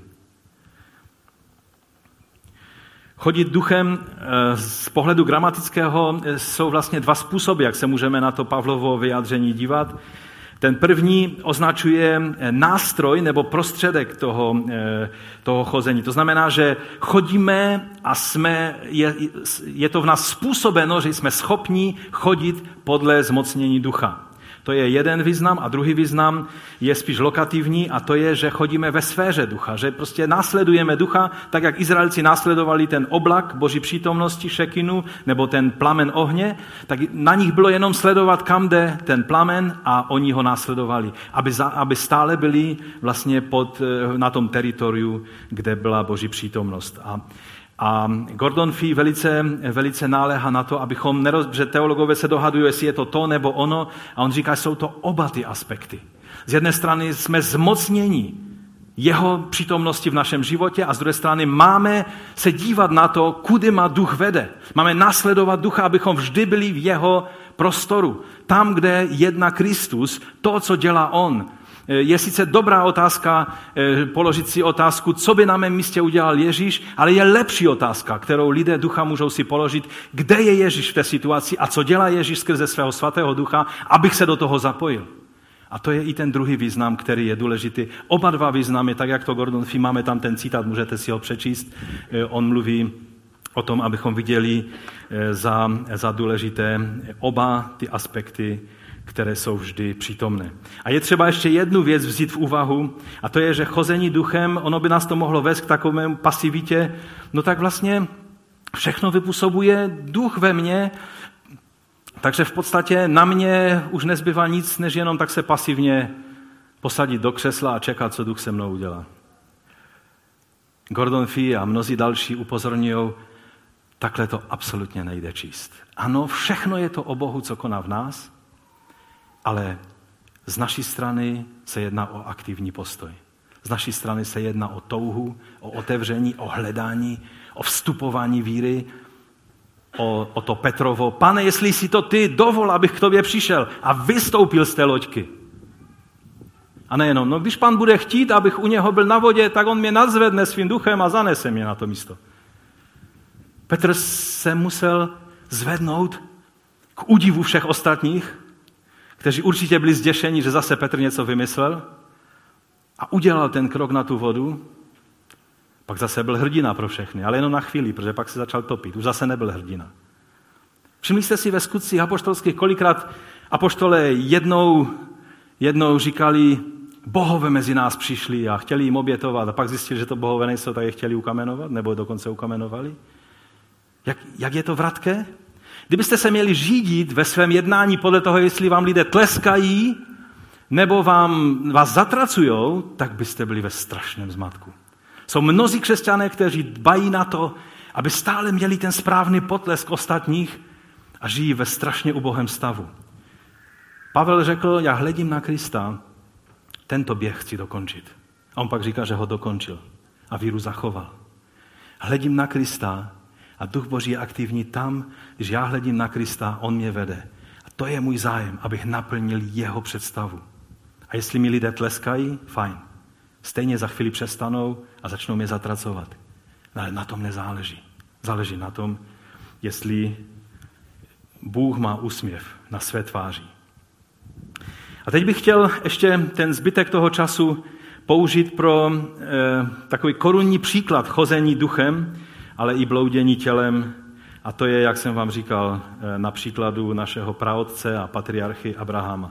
Chodit duchem z pohledu gramatického jsou vlastně dva způsoby, jak se můžeme na to Pavlovo vyjádření dívat. Ten první označuje nástroj nebo prostředek toho, toho chození. To znamená, že chodíme a jsme, je, je to v nás způsobeno, že jsme schopni chodit podle zmocnění ducha. To je jeden význam a druhý význam je spíš lokativní a to je, že chodíme ve sféře ducha, že prostě následujeme ducha, tak jak Izraelci následovali ten oblak Boží přítomnosti, šekinu, nebo ten plamen ohně, tak na nich bylo jenom sledovat, kam jde ten plamen a oni ho následovali, aby, za, aby stále byli vlastně pod, na tom teritoriu, kde byla Boží přítomnost. A A Gordon Fee velice, velice náléhá na to, abychom neroz... že teologové se dohadují, jestli je to to nebo ono, a on říká, že jsou to oba ty aspekty. Z jedné strany jsme zmocněni jeho přítomnosti v našem životě a z druhé strany máme se dívat na to, kudy má duch vede. Máme následovat ducha, abychom vždy byli v jeho prostoru. Tam, kde jedná Kristus, to, co dělá on. Je sice dobrá otázka položit si otázku, co by na mém místě udělal Ježíš, ale je lepší otázka, kterou lidé ducha můžou si položit, kde je Ježíš v té situaci a co dělá Ježíš skrze svého svatého ducha, abych se do toho zapojil. A to je i ten druhý význam, který je důležitý. Oba dva významy, tak jak to Gordon Fee, máme tam ten citát, můžete si ho přečíst. On mluví o tom, abychom viděli za, za důležité oba ty aspekty, které jsou vždy přítomné. A je třeba ještě jednu věc vzít v úvahu, a to je, že chození duchem, ono by nás to mohlo vést k takovému pasivitě, no tak vlastně všechno vypůsobuje duch ve mně, takže v podstatě na mě už nezbývá nic, než jenom tak se pasivně posadit do křesla a čekat, co duch se mnou udělá. Gordon Fee a mnozí další upozorňují, takhle to absolutně nejde číst. Ano, všechno je to o Bohu, co koná v nás, Ale z naší strany se jedná o aktivní postoj. Z naší strany se jedná o touhu, o otevření, o hledání, o vstupování víry, o, o to Petrovo. Pane, jestli jsi to ty, dovol, abych k tobě přišel a vystoupil z té loďky. A nejenom, no když Pán bude chtít, abych u něho byl na vodě, tak on mě nadzvedne svým duchem a zanese mě na to místo. Petr se musel zvednout k údivu všech ostatních, kteří určitě byli zděšeni, že zase Petr něco vymyslel a udělal ten krok na tu vodu. Pak zase byl hrdina pro všechny, ale jenom na chvíli, protože pak se začal topit. Už zase nebyl hrdina. Všimli jste si ve skutcích apoštolských, kolikrát apoštole jednou, jednou říkali, bohové mezi nás přišli a chtěli jim obětovat a pak zjistili, že to bohové nejsou, tak je chtěli ukamenovat, nebo dokonce ukamenovali. Jak, jak je to vratké? Kdybyste se měli řídit ve svém jednání podle toho, jestli vám lidé tleskají, nebo vám, vás zatracujou, tak byste byli ve strašném zmatku. Jsou mnozí křesťané, kteří dbají na to, aby stále měli ten správný potlesk ostatních a žijí ve strašně ubohém stavu. Pavel řekl, já hledím na Krista, tento běh chci dokončit. A on pak říká, že ho dokončil a víru zachoval. Hledím na Krista a Duch Boží je aktivní tam, když já hledím na Krista, on mě vede. A to je můj zájem, abych naplnil jeho představu. A jestli mi lidé tleskají, fajn. Stejně za chvíli přestanou a začnou mě zatracovat. Ale na tom nezáleží. Záleží na tom, jestli Bůh má úsměv na své tváři. A teď bych chtěl ještě ten zbytek toho času použít pro e, takový korunní příklad chození duchem, ale i bloudění tělem. A to je, jak jsem vám říkal, e, na příkladu našeho praotce a patriarchy Abrahama.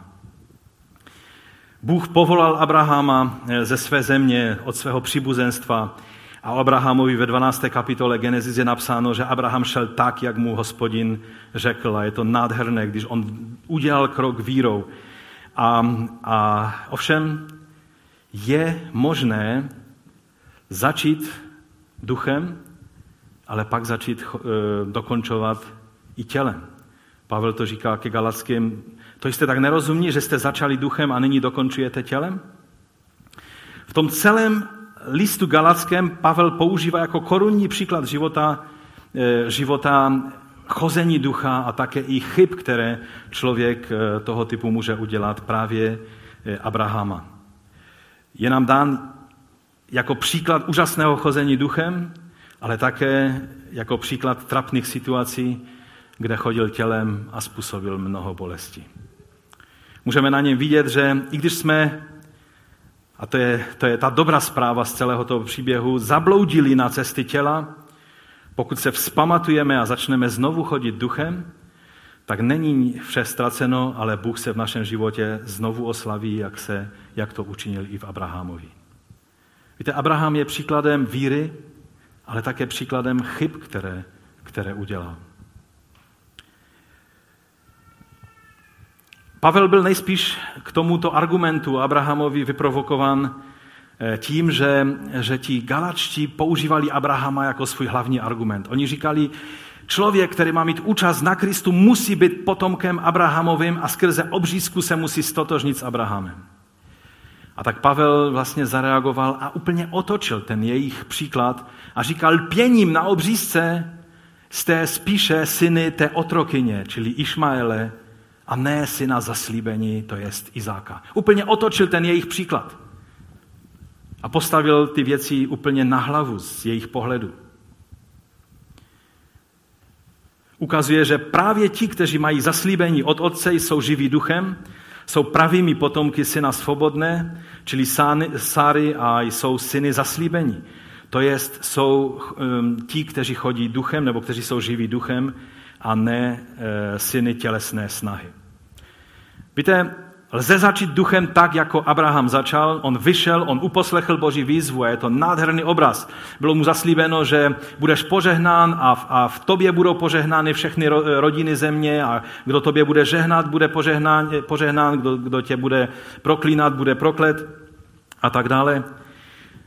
Bůh povolal Abrahama ze své země, od svého příbuzenstva a Abrahamovi ve dvanácté kapitole Genesis je napsáno, že Abraham šel tak, jak mu Hospodin řekl. A je to nádherné, když on udělal krok vírou. A, a ovšem je možné začít duchem, ale pak začít e, dokončovat i tělem. Pavel to říká ke Galackým, to jste tak nerozumní, že jste začali duchem a nyní dokončujete tělem? V tom celém listu Galackém Pavel používá jako korunní příklad života, e, života chození ducha a také i chyb, které člověk toho typu může udělat, právě Abrahama. Je nám dán jako příklad úžasného chození duchem, ale také jako příklad trapných situací, kde chodil tělem a způsobil mnoho bolesti. Můžeme na něm vidět, že i když jsme, a to je, to je ta dobrá zpráva z celého toho příběhu, zabloudili na cesty těla, pokud se vzpamatujeme a začneme znovu chodit duchem, tak není vše ztraceno, ale Bůh se v našem životě znovu oslaví, jak, se, jak to učinil i v Abrahamovi. Víte, Abraham je příkladem víry, ale také příkladem chyb, které, které udělal. Pavel byl nejspíš k tomuto argumentu Abrahamovi vyprovokován tím, že, že ti Galačtí používali Abrahama jako svůj hlavní argument. Oni říkali, člověk, který má mít účast na Kristu, musí být potomkem Abrahamovým a skrze obřízku se musí stotožnit s Abrahamem. A tak Pavel vlastně zareagoval a úplně otočil ten jejich příklad a říkal, lpěním na obřízce jste spíše syny té otrokyně, čili Išmaele, a ne syna zaslíbení, to jest Izáka. Úplně otočil ten jejich příklad. A postavil ty věci úplně na hlavu z jejich pohledu. Ukazuje, že právě ti, kteří mají zaslíbení od Otce, jsou živí duchem, jsou pravými potomky syna svobodné, čili Sáry, a jsou syny zaslíbení. To jest, jsou um, ti, kteří chodí duchem, nebo kteří jsou živí duchem, a ne e, syny tělesné snahy. Víte, lze začít duchem tak, jako Abraham začal. On vyšel, on uposlechl Boží výzvu a je to nádherný obraz. Bylo mu zaslíbeno, že budeš požehnán a v, a v tobě budou požehnány všechny ro, rodiny země a kdo tobě bude žehnat, bude požehnán, požehnán kdo, kdo tě bude proklínat, bude proklet a tak dále.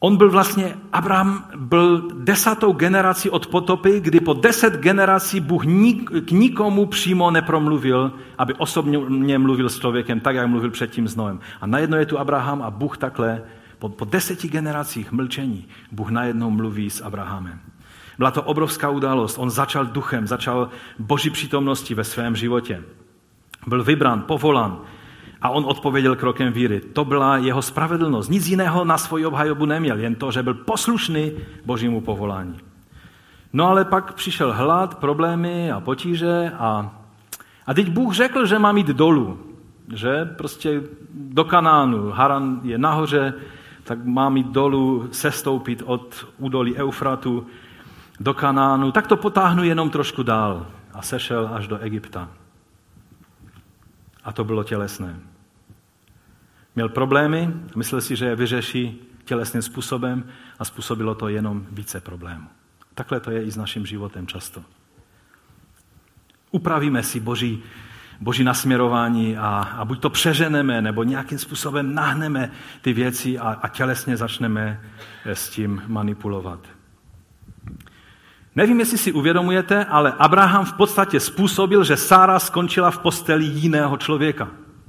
On byl vlastně, Abraham byl desátou generací od potopy, kdy po deset generací Bůh nik, k nikomu přímo nepromluvil, aby osobně mluvil s člověkem, tak, jak mluvil předtím s Noem. A najednou je tu Abraham a Bůh takhle, po, po deseti generacích mlčení, Bůh najednou mluví s Abrahamem. Byla to obrovská událost. On začal duchem, začal Boží přítomností ve svém životě. Byl vybrán, povolán a on odpověděl krokem víry. To byla jeho spravedlnost. Nic jiného na svoji obhajobu neměl, jen to, že byl poslušný Božímu povolání. No ale pak přišel hlad, problémy a potíže a, a teď Bůh řekl, že má jít dolů, že prostě do Kanánu, Haran je nahoře, tak má jít dolů, sestoupit od údolí Eufratu do Kanánu, tak to potáhnu jenom trošku dál a sešel až do Egypta. A to bylo tělesné. Měl problémy, myslel si, že je vyřeší tělesným způsobem a způsobilo to jenom více problémů. Takhle to je i s naším životem často. Upravíme si Boží, boží nasměrování a, a buď to přeženeme, nebo nějakým způsobem nahneme ty věci a, a tělesně začneme s tím manipulovat. Nevím, jestli si uvědomujete, ale Abraham v podstatě způsobil, že Sára skončila v posteli jiného člověka.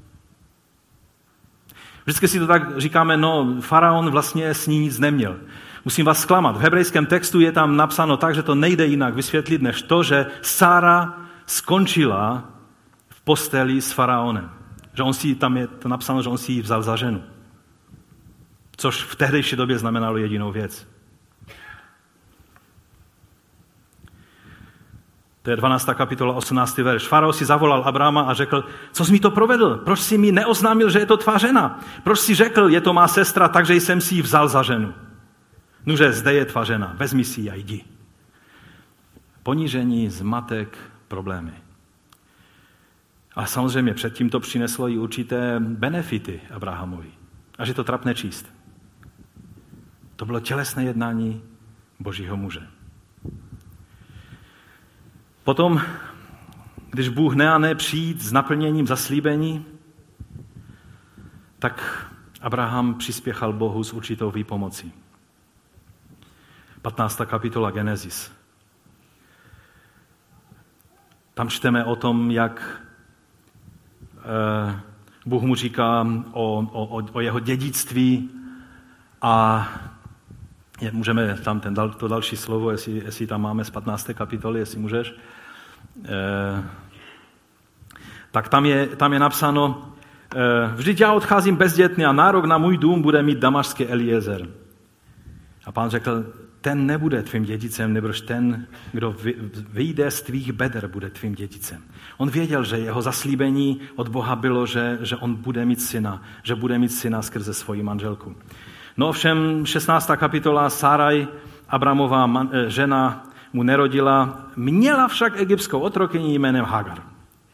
Vždycky si to tak říkáme, no, faraon vlastně s ní nic neměl. Musím vás zklamat. V hebrejském textu je tam napsáno tak, že to nejde jinak vysvětlit, než to, že Sára skončila v posteli s faraonem. Že on si, tam je to napsáno, že on si ji vzal za ženu. Což v tehdejší době znamenalo jedinou věc. To je dvanáctá kapitola, osmnáctý verš. Farao si zavolal Abrahama a řekl, co jsi mi to provedl? Proč jsi mi neoznámil, že je to tvá žena? Proč jsi řekl, je to má sestra, takže jsem si ji vzal za ženu? Nuže, zde je tvá žena, vezmi si ji a jdi. Ponížení, zmatek, problémy. A samozřejmě předtím to přineslo i určité benefity Abrahamovi. Až je to trapné číst. To bylo tělesné jednání Božího muže. Potom, když Bůh ne a ne přijít s naplněním zaslíbení, tak Abraham přispěchal Bohu s určitou výpomocí. patnáctá kapitola Genesis. Tam čteme o tom, jak eh, Bůh mu říká o, o, o jeho dědictví a je, můžeme tam ten, to další slovo, jestli, jestli tam máme z patnácté kapitoly, jestli můžeš. Eh, tak tam je, tam je napsáno, eh, vždyť já odcházím bezdětný a nárok na můj dům bude mít damašský Eliezer. A Pán řekl, ten nebude tvým dědicem, nebož ten, kdo vyjde z tvých beder, bude tvým dědicem. On věděl, že jeho zaslíbení od Boha bylo, že, že on bude mít syna, že bude mít syna skrze svoji manželku. No ovšem šestnáctá kapitola, Sáraj, Abramová man, žena, mu nerodila, měla však egyptskou otrokyni jménem Hagar.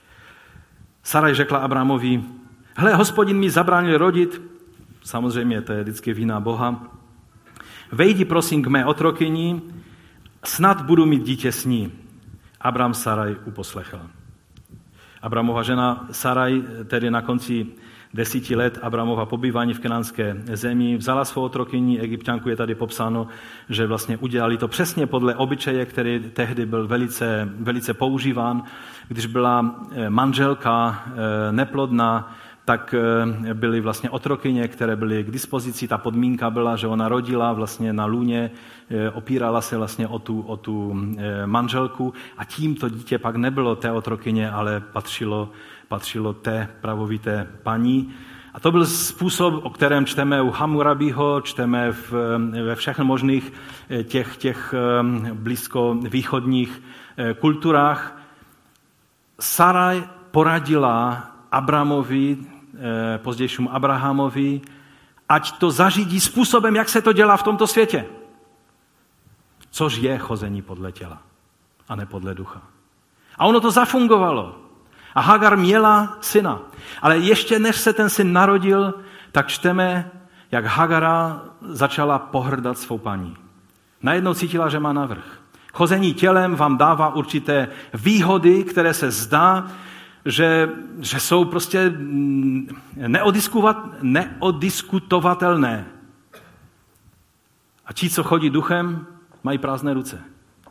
Sáraj řekla Abramovi, hle, Hospodin mi zabránil rodit, samozřejmě to je vždycky vina Boha, vejdi prosím k mé otrokyni, snad budu mít dítě s ní. Abram Saraj uposlechl. Abramova žena Saraj tedy na konci desíti let Abramova pobývání v kenánské zemi vzala svou otrokyni, Egypťanku je tady popsáno, že vlastně udělali to přesně podle obyčeje, který tehdy byl velice, velice používán. Když byla manželka neplodná, tak byly vlastně otrokyně, které byly k dispozici. Ta podmínka byla, že ona rodila vlastně na lůně, opírala se vlastně o tu, o tu manželku a tím to dítě pak nebylo té otrokyně, ale patřilo, patřilo té pravovité paní. A to byl způsob, o kterém čteme u Hammurabiho, čteme v, ve všech možných těch, těch blízkovýchodních kulturách. Saraj poradila Abramovi, pozdějšímu Abrahamovi, ať to zařídí způsobem, jak se to dělá v tomto světě. Což je chození podle těla a ne podle ducha. A ono to zafungovalo. A Hagar měla syna. Ale ještě než se ten syn narodil, tak čteme, jak Hagara začala pohrdat svou paní. Najednou cítila, že má navrch. Chození tělem vám dává určité výhody, které se zdá, Že, že jsou prostě neodiskutovatelné. ti, co chodí duchem, mají prázdné ruce.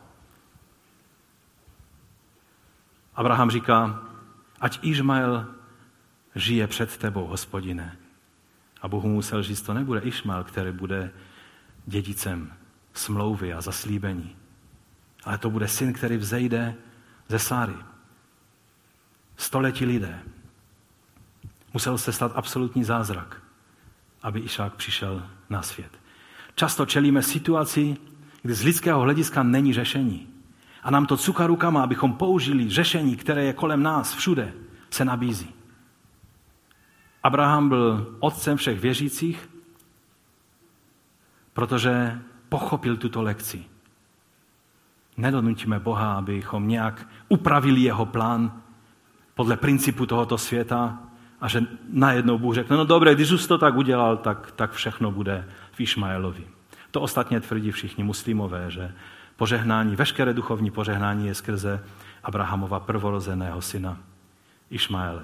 Abraham říká, ať Išmael žije před tebou, Hospodine. A Bůh mu musel říct, to nebude Išmael, který bude dědicem smlouvy a zaslíbení. Ale to bude syn, který vzejde ze Sáry. Století lidé. Musel se stát absolutní zázrak, aby Išák přišel na svět. Často čelíme situaci, kdy z lidského hlediska není řešení. A nám to cuká rukama, abychom použili řešení, které je kolem nás, všude, se nabízí. Abraham byl otcem všech věřících, protože pochopil tuto lekci. Nedonutíme Boha, abychom nějak upravili jeho plán podle principu tohoto světa a že najednou Bůh řekne, no dobré, když jsi to tak udělal, tak, tak všechno bude v Išmaelovi. To ostatně tvrdí všichni muslimové, že požehnání, veškeré duchovní požehnání je skrze Abrahamova prvorozeného syna Išmaele.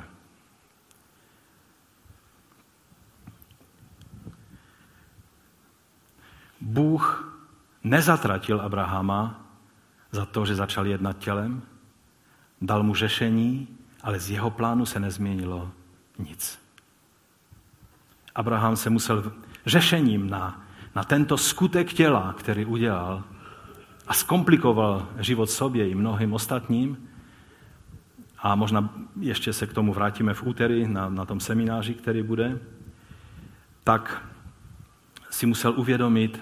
Bůh nezatratil Abrahama za to, že začal jednat tělem, dal mu řešení, ale z jeho plánu se nezměnilo nic. Abraham se musel řešením na, na tento skutek těla, který udělal a zkomplikoval život sobě i mnohým ostatním, a možná ještě se k tomu vrátíme v úterý na, na tom semináři, který bude, tak si musel uvědomit,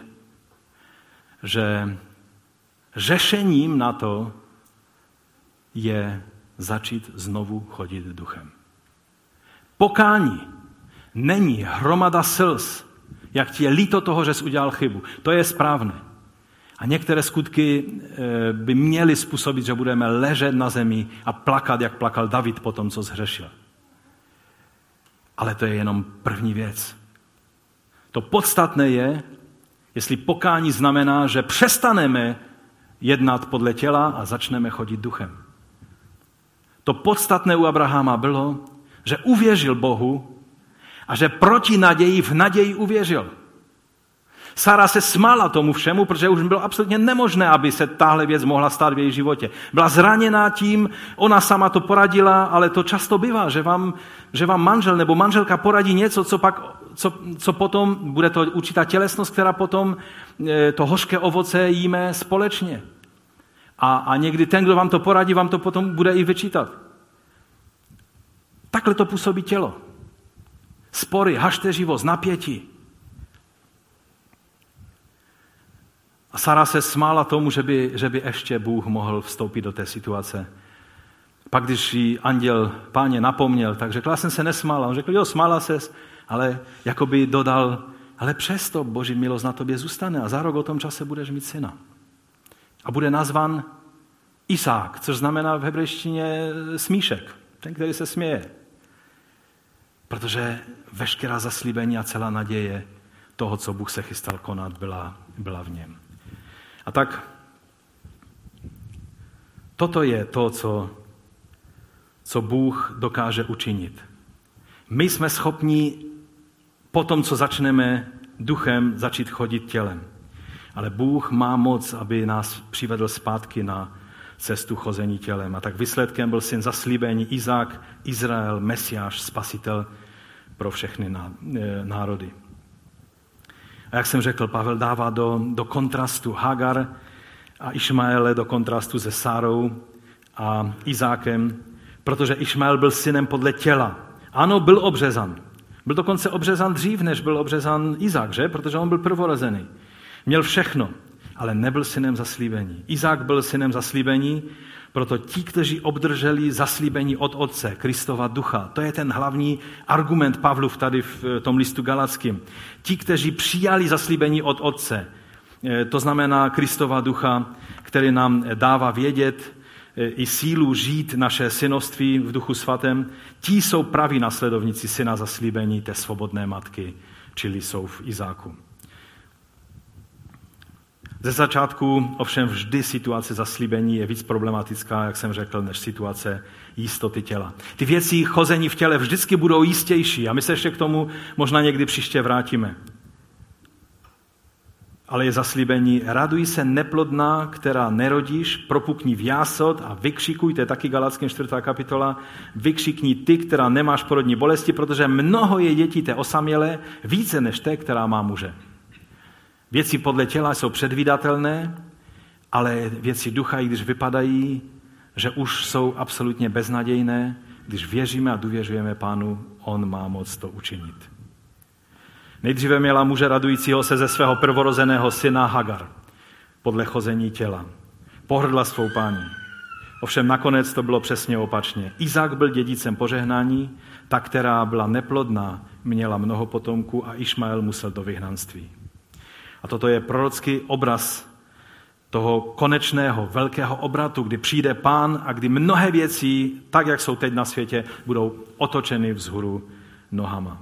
že řešením na to je začít znovu chodit duchem. Pokání není hromada slz, jak ti je líto toho, že jsi udělal chybu. To je správné. A některé skutky by měly způsobit, že budeme ležet na zemi a plakat, jak plakal David po tom, co zhřešil. Ale to je jenom první věc. To podstatné je, jestli pokání znamená, že přestaneme jednat podle těla a začneme chodit duchem. To podstatné u Abrahama bylo, že uvěřil Bohu a že proti naději v naději uvěřil. Sara se smála tomu všemu, protože už bylo absolutně nemožné, aby se tahle věc mohla stát v její životě. Byla zraněná tím, ona sama to poradila, ale to často bývá, že vám, že vám manžel nebo manželka poradí něco, co, pak, co, co potom, bude to určitá tělesnost, která potom to hořké ovoce jíme společně. A, a někdy ten, kdo vám to poradí, vám to potom bude i vyčítat. Takhle to působí tělo. Spory, hašteřivost, napětí. A Sara se smála tomu, že by, že by ještě Bůh mohl vstoupit do té situace. Pak, když jí anděl Páně napomněl, tak řekla, já jsem se nesmála. On řekl, jo, smála ses, ale jakoby dodal, ale přesto Boží milost na tobě zůstane a za rok o tom čase budeš mít syna. A bude nazvan Isák, což znamená v hebrejštině smíšek, ten, který se směje. Protože veškerá zaslíbení a celá naděje toho, co Bůh se chystal konat, byla, byla v něm. A tak toto je to, co, co Bůh dokáže učinit. My jsme schopni po tom, co začneme duchem, začít chodit tělem. Ale Bůh má moc, aby nás přivedl zpátky na cestu chození tělem. A tak výsledkem byl syn zaslíbení Izák, Izrael, Mesiáš, spasitel pro všechny národy. A jak jsem řekl, Pavel dává do, do kontrastu Hagar a Išmaele, do kontrastu se Sárou a Izákem, protože Išmael byl synem podle těla. Ano, byl obřezan. Byl dokonce obřezan dřív, než byl obřezan Izák, že? Protože on byl prvorozený. Měl všechno, ale nebyl synem zaslíbení. Izák byl synem zaslíbení, proto ti, kteří obdrželi zaslíbení od Otce, Kristova ducha, to je ten hlavní argument Pavlův tady v tom listu Galackým. Ti, kteří přijali zaslíbení od Otce, to znamená Kristova ducha, který nám dává vědět i sílu žít naše synoství v duchu svatém, ti jsou praví následovníci syna zaslíbení té svobodné matky, čili jsou v Izáku. Ze začátku ovšem vždy situace zaslíbení je víc problematická, jak jsem řekl, než situace jistoty těla. Ty věci chození v těle vždycky budou jistější a my se ještě k tomu možná někdy příště vrátíme. ale je zaslíbení, raduj se neplodná, která nerodíš, propukni v jásot a vykřikuj, to je taky Galackým čtvrtá kapitola, vykřikni ty, která nemáš porodní bolesti, protože mnoho je dětí té osamělé, více než té, která má muže. Věci podle těla jsou předvídatelné, ale věci ducha, i když vypadají, že už jsou absolutně beznadějné, když věříme a důvěřujeme Pánu, on má moc to učinit. Nejdříve měla muže radujícího se ze svého prvorozeného syna Hagar, podle chození těla. Pohrdla svou paní. Ovšem nakonec to bylo přesně opačně. Izák byl dědicem požehnání, ta, která byla neplodná, měla mnoho potomků a Išmael musel do vyhnanství. A toto je prorocký obraz toho konečného velkého obratu, kdy přijde Pán a kdy mnohé věci, tak jak jsou teď na světě, budou otočeny vzhůru nohama.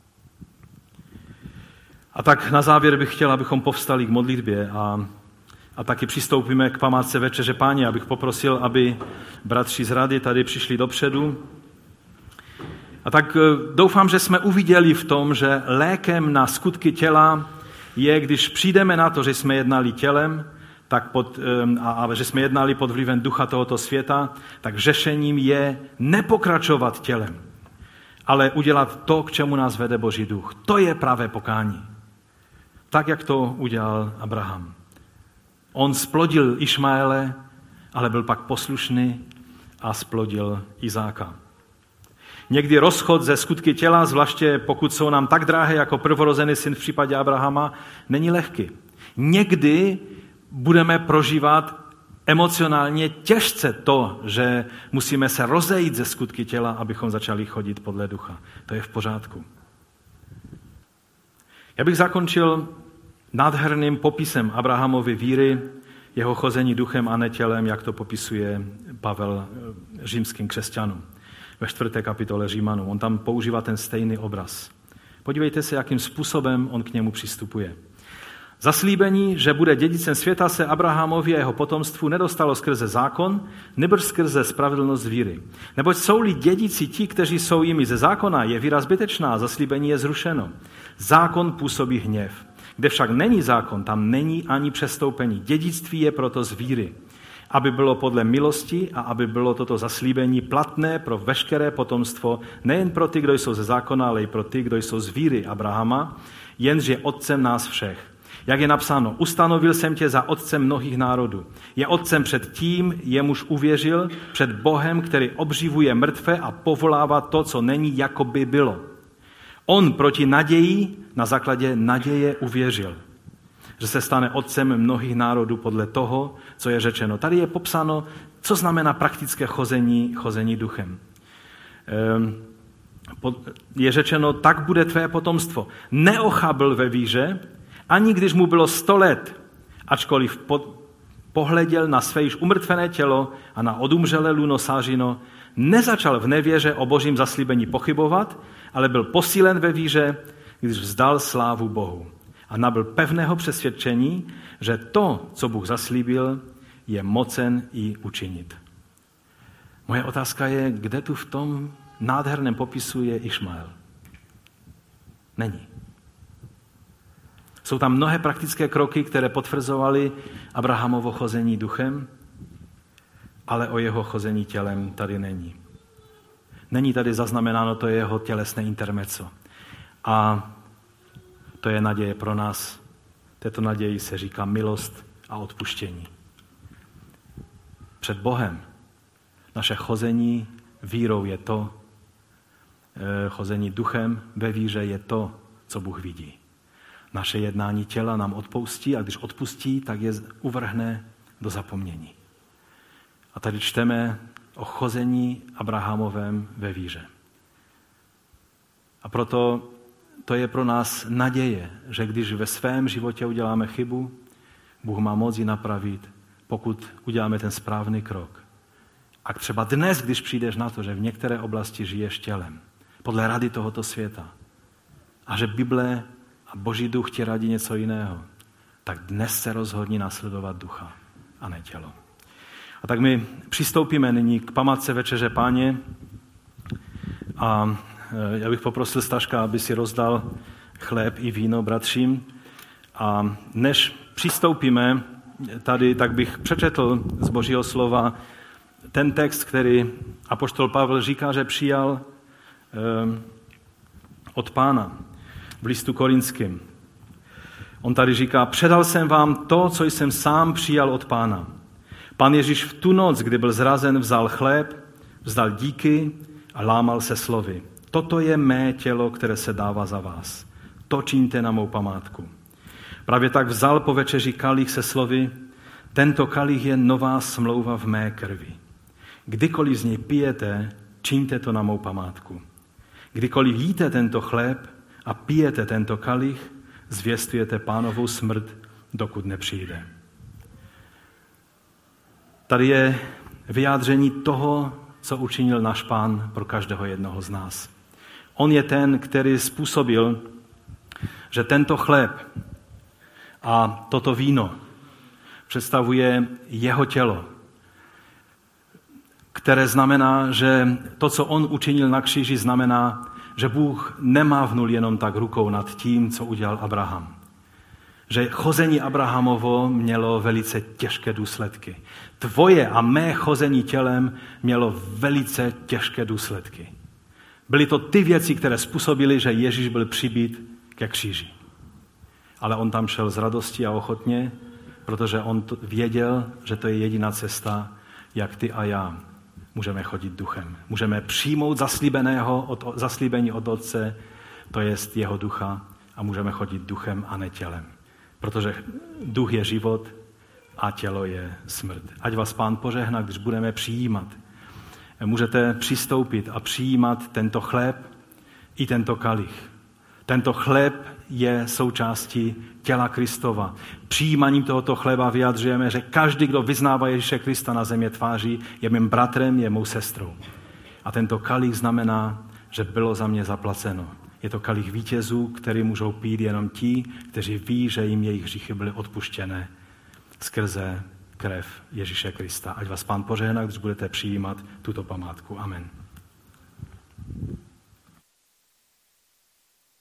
A tak na závěr bych chtěl, abychom povstali k modlitbě a, a taky přistoupíme k památce Večeře Páně. Abych poprosil, aby bratři z rady tady přišli dopředu. A tak doufám, že jsme uviděli v tom, že lékem na skutky těla je, když přijdeme na to, že jsme jednali tělem, tak pod, a, a že jsme jednali pod vlivem ducha tohoto světa, tak řešením je nepokračovat tělem, ale udělat to, k čemu nás vede Boží duch. To je pravé pokání. Tak, jak to udělal Abraham. On splodil Išmaele, ale byl pak poslušný a splodil Izáka. Někdy rozchod ze skutky těla, zvláště pokud jsou nám tak drahé jako prvorozený syn v případě Abrahama, není lehký. Někdy budeme prožívat emocionálně těžce to, že musíme se rozejít ze skutky těla, abychom začali chodit podle ducha. To je v pořádku. Já bych zakončil nádherným popisem Abrahamovy víry, jeho chození duchem a ne tělem, jak to popisuje Pavel římským křesťanům ve čtvrté kapitole Římanů. On tam používá ten stejný obraz. Podívejte se, jakým způsobem on k němu přistupuje. Zaslíbení, že bude dědicem světa, se Abrahamovi a jeho potomstvu nedostalo skrze zákon, nebož skrze spravedlnost víry. Neboť jsou-li dědici ti, kteří jsou jimi ze zákona, je víra zbytečná, zaslíbení je zrušeno. Zákon působí hněv. Kde však není zákon, tam není ani přestoupení. Dědictví je proto z víry, aby bylo podle milosti a aby bylo toto zaslíbení platné pro veškeré potomstvo, nejen pro ty, kdo jsou ze zákona, ale i pro ty, kdo jsou z víry Abrahama, jenž je otcem nás všech. Jak je napsáno, ustanovil jsem tě za otcem mnohých národů. Je otcem před tím, jemuž uvěřil, před Bohem, který obživuje mrtvé a povolává to, co není, jako by bylo. On proti naději na základě naděje uvěřil, že se stane otcem mnohých národů podle toho, co je řečeno. Tady je popsáno, co znamená praktické chození, chození duchem. Je řečeno, tak bude tvé potomstvo. Neochabl ve víře, ani když mu bylo sto let, ačkoliv pohleděl na své již umrtvené tělo a na odumřelé luno sářino, nezačal v nevěře o božím zaslíbení pochybovat, ale byl posílen ve víře, když vzdal slávu Bohu. A nabyl pevného přesvědčení, že to, co Bůh zaslíbil, je mocen i učinit. Moje otázka je, kde tu v tom nádherném popisu je Išmael? Není. Jsou tam mnohé praktické kroky, které potvrzovaly Abrahamovo chození duchem, ale o jeho chození tělem tady není. Není tady zaznamenáno to jeho tělesné intermezzo. A to je naděje pro nás. Této naději se říká milost a odpuštění. Před Bohem naše chození vírou je to, chození duchem ve víře je to, co Bůh vidí. Naše jednání těla nám odpoustí a když odpustí, tak je uvrhne do zapomnění. A tady čteme o chození Abrahamovém ve víře. A proto to je pro nás naděje, že když ve svém životě uděláme chybu, Bůh má moc ji napravit, pokud uděláme ten správný krok. A třeba dnes, když přijdeš na to, že v některé oblasti žiješ tělem, podle rady tohoto světa, a že Bible a Boží duch ti radí něco jiného, tak dnes se rozhodni následovat ducha a ne tělo. A tak my přistoupíme nyní k památce Večeře Páně a já bych poprosil Staška, aby si rozdal chléb i víno bratřím. A než přistoupíme tady, tak bych přečetl z Božího slova ten text, který apoštol Pavel říká, že přijal eh, od Pána v listu Korinským. On tady říká, předal jsem vám to, co jsem sám přijal od Pána. Pán Ježíš v tu noc, kdy byl zrazen, vzal chléb, vzdal díky a lámal se slovy. Toto je mé tělo, které se dává za vás. To čiňte na mou památku. Právě tak vzal po večeři kalich se slovy, tento kalich je nová smlouva v mé krvi. Kdykoliv z něj pijete, čiňte to na mou památku. Kdykoliv jíte tento chléb a pijete tento kalich, zvěstujete Pánovou smrt, dokud nepřijde. Tady je vyjádření toho, co učinil náš Pán pro každého jednoho z nás. On je ten, který způsobil, že tento chléb a toto víno představuje jeho tělo, které znamená, že to, co on učinil na kříži, znamená, že Bůh nemávnul jenom tak rukou nad tím, co udělal Abraham. Že chození Abrahamovo mělo velice těžké důsledky. Tvoje a mé chození tělem mělo velice těžké důsledky. Byly to ty věci, které způsobily, že Ježíš byl přibít ke kříži. Ale on tam šel z radostí a ochotně, protože on věděl, že to je jediná cesta, jak ty a já můžeme chodit duchem. Můžeme přijmout zaslíbeného, od, zaslíbení od Otce, to jest jeho ducha, a můžeme chodit duchem a ne tělem. Protože duch je život a tělo je smrt. Ať vás Pán požehná, když budeme přijímat. Můžete přistoupit a přijímat tento chléb i tento kalich. Tento chléb je součástí těla Kristova. Přijímaním tohoto chleba vyjadřujeme, že každý, kdo vyznává Ježíše Krista na země tváří, je mým bratrem, je mou sestrou. A tento kalich znamená, že bylo za mě zaplaceno. Je to kalich vítězů, který můžou pít jenom ti, kteří ví, že jim jejich hříchy byly odpuštěné skrze krev Ježíše Krista. Ať vás Pán požehná, když budete přijímat tuto památku. Amen.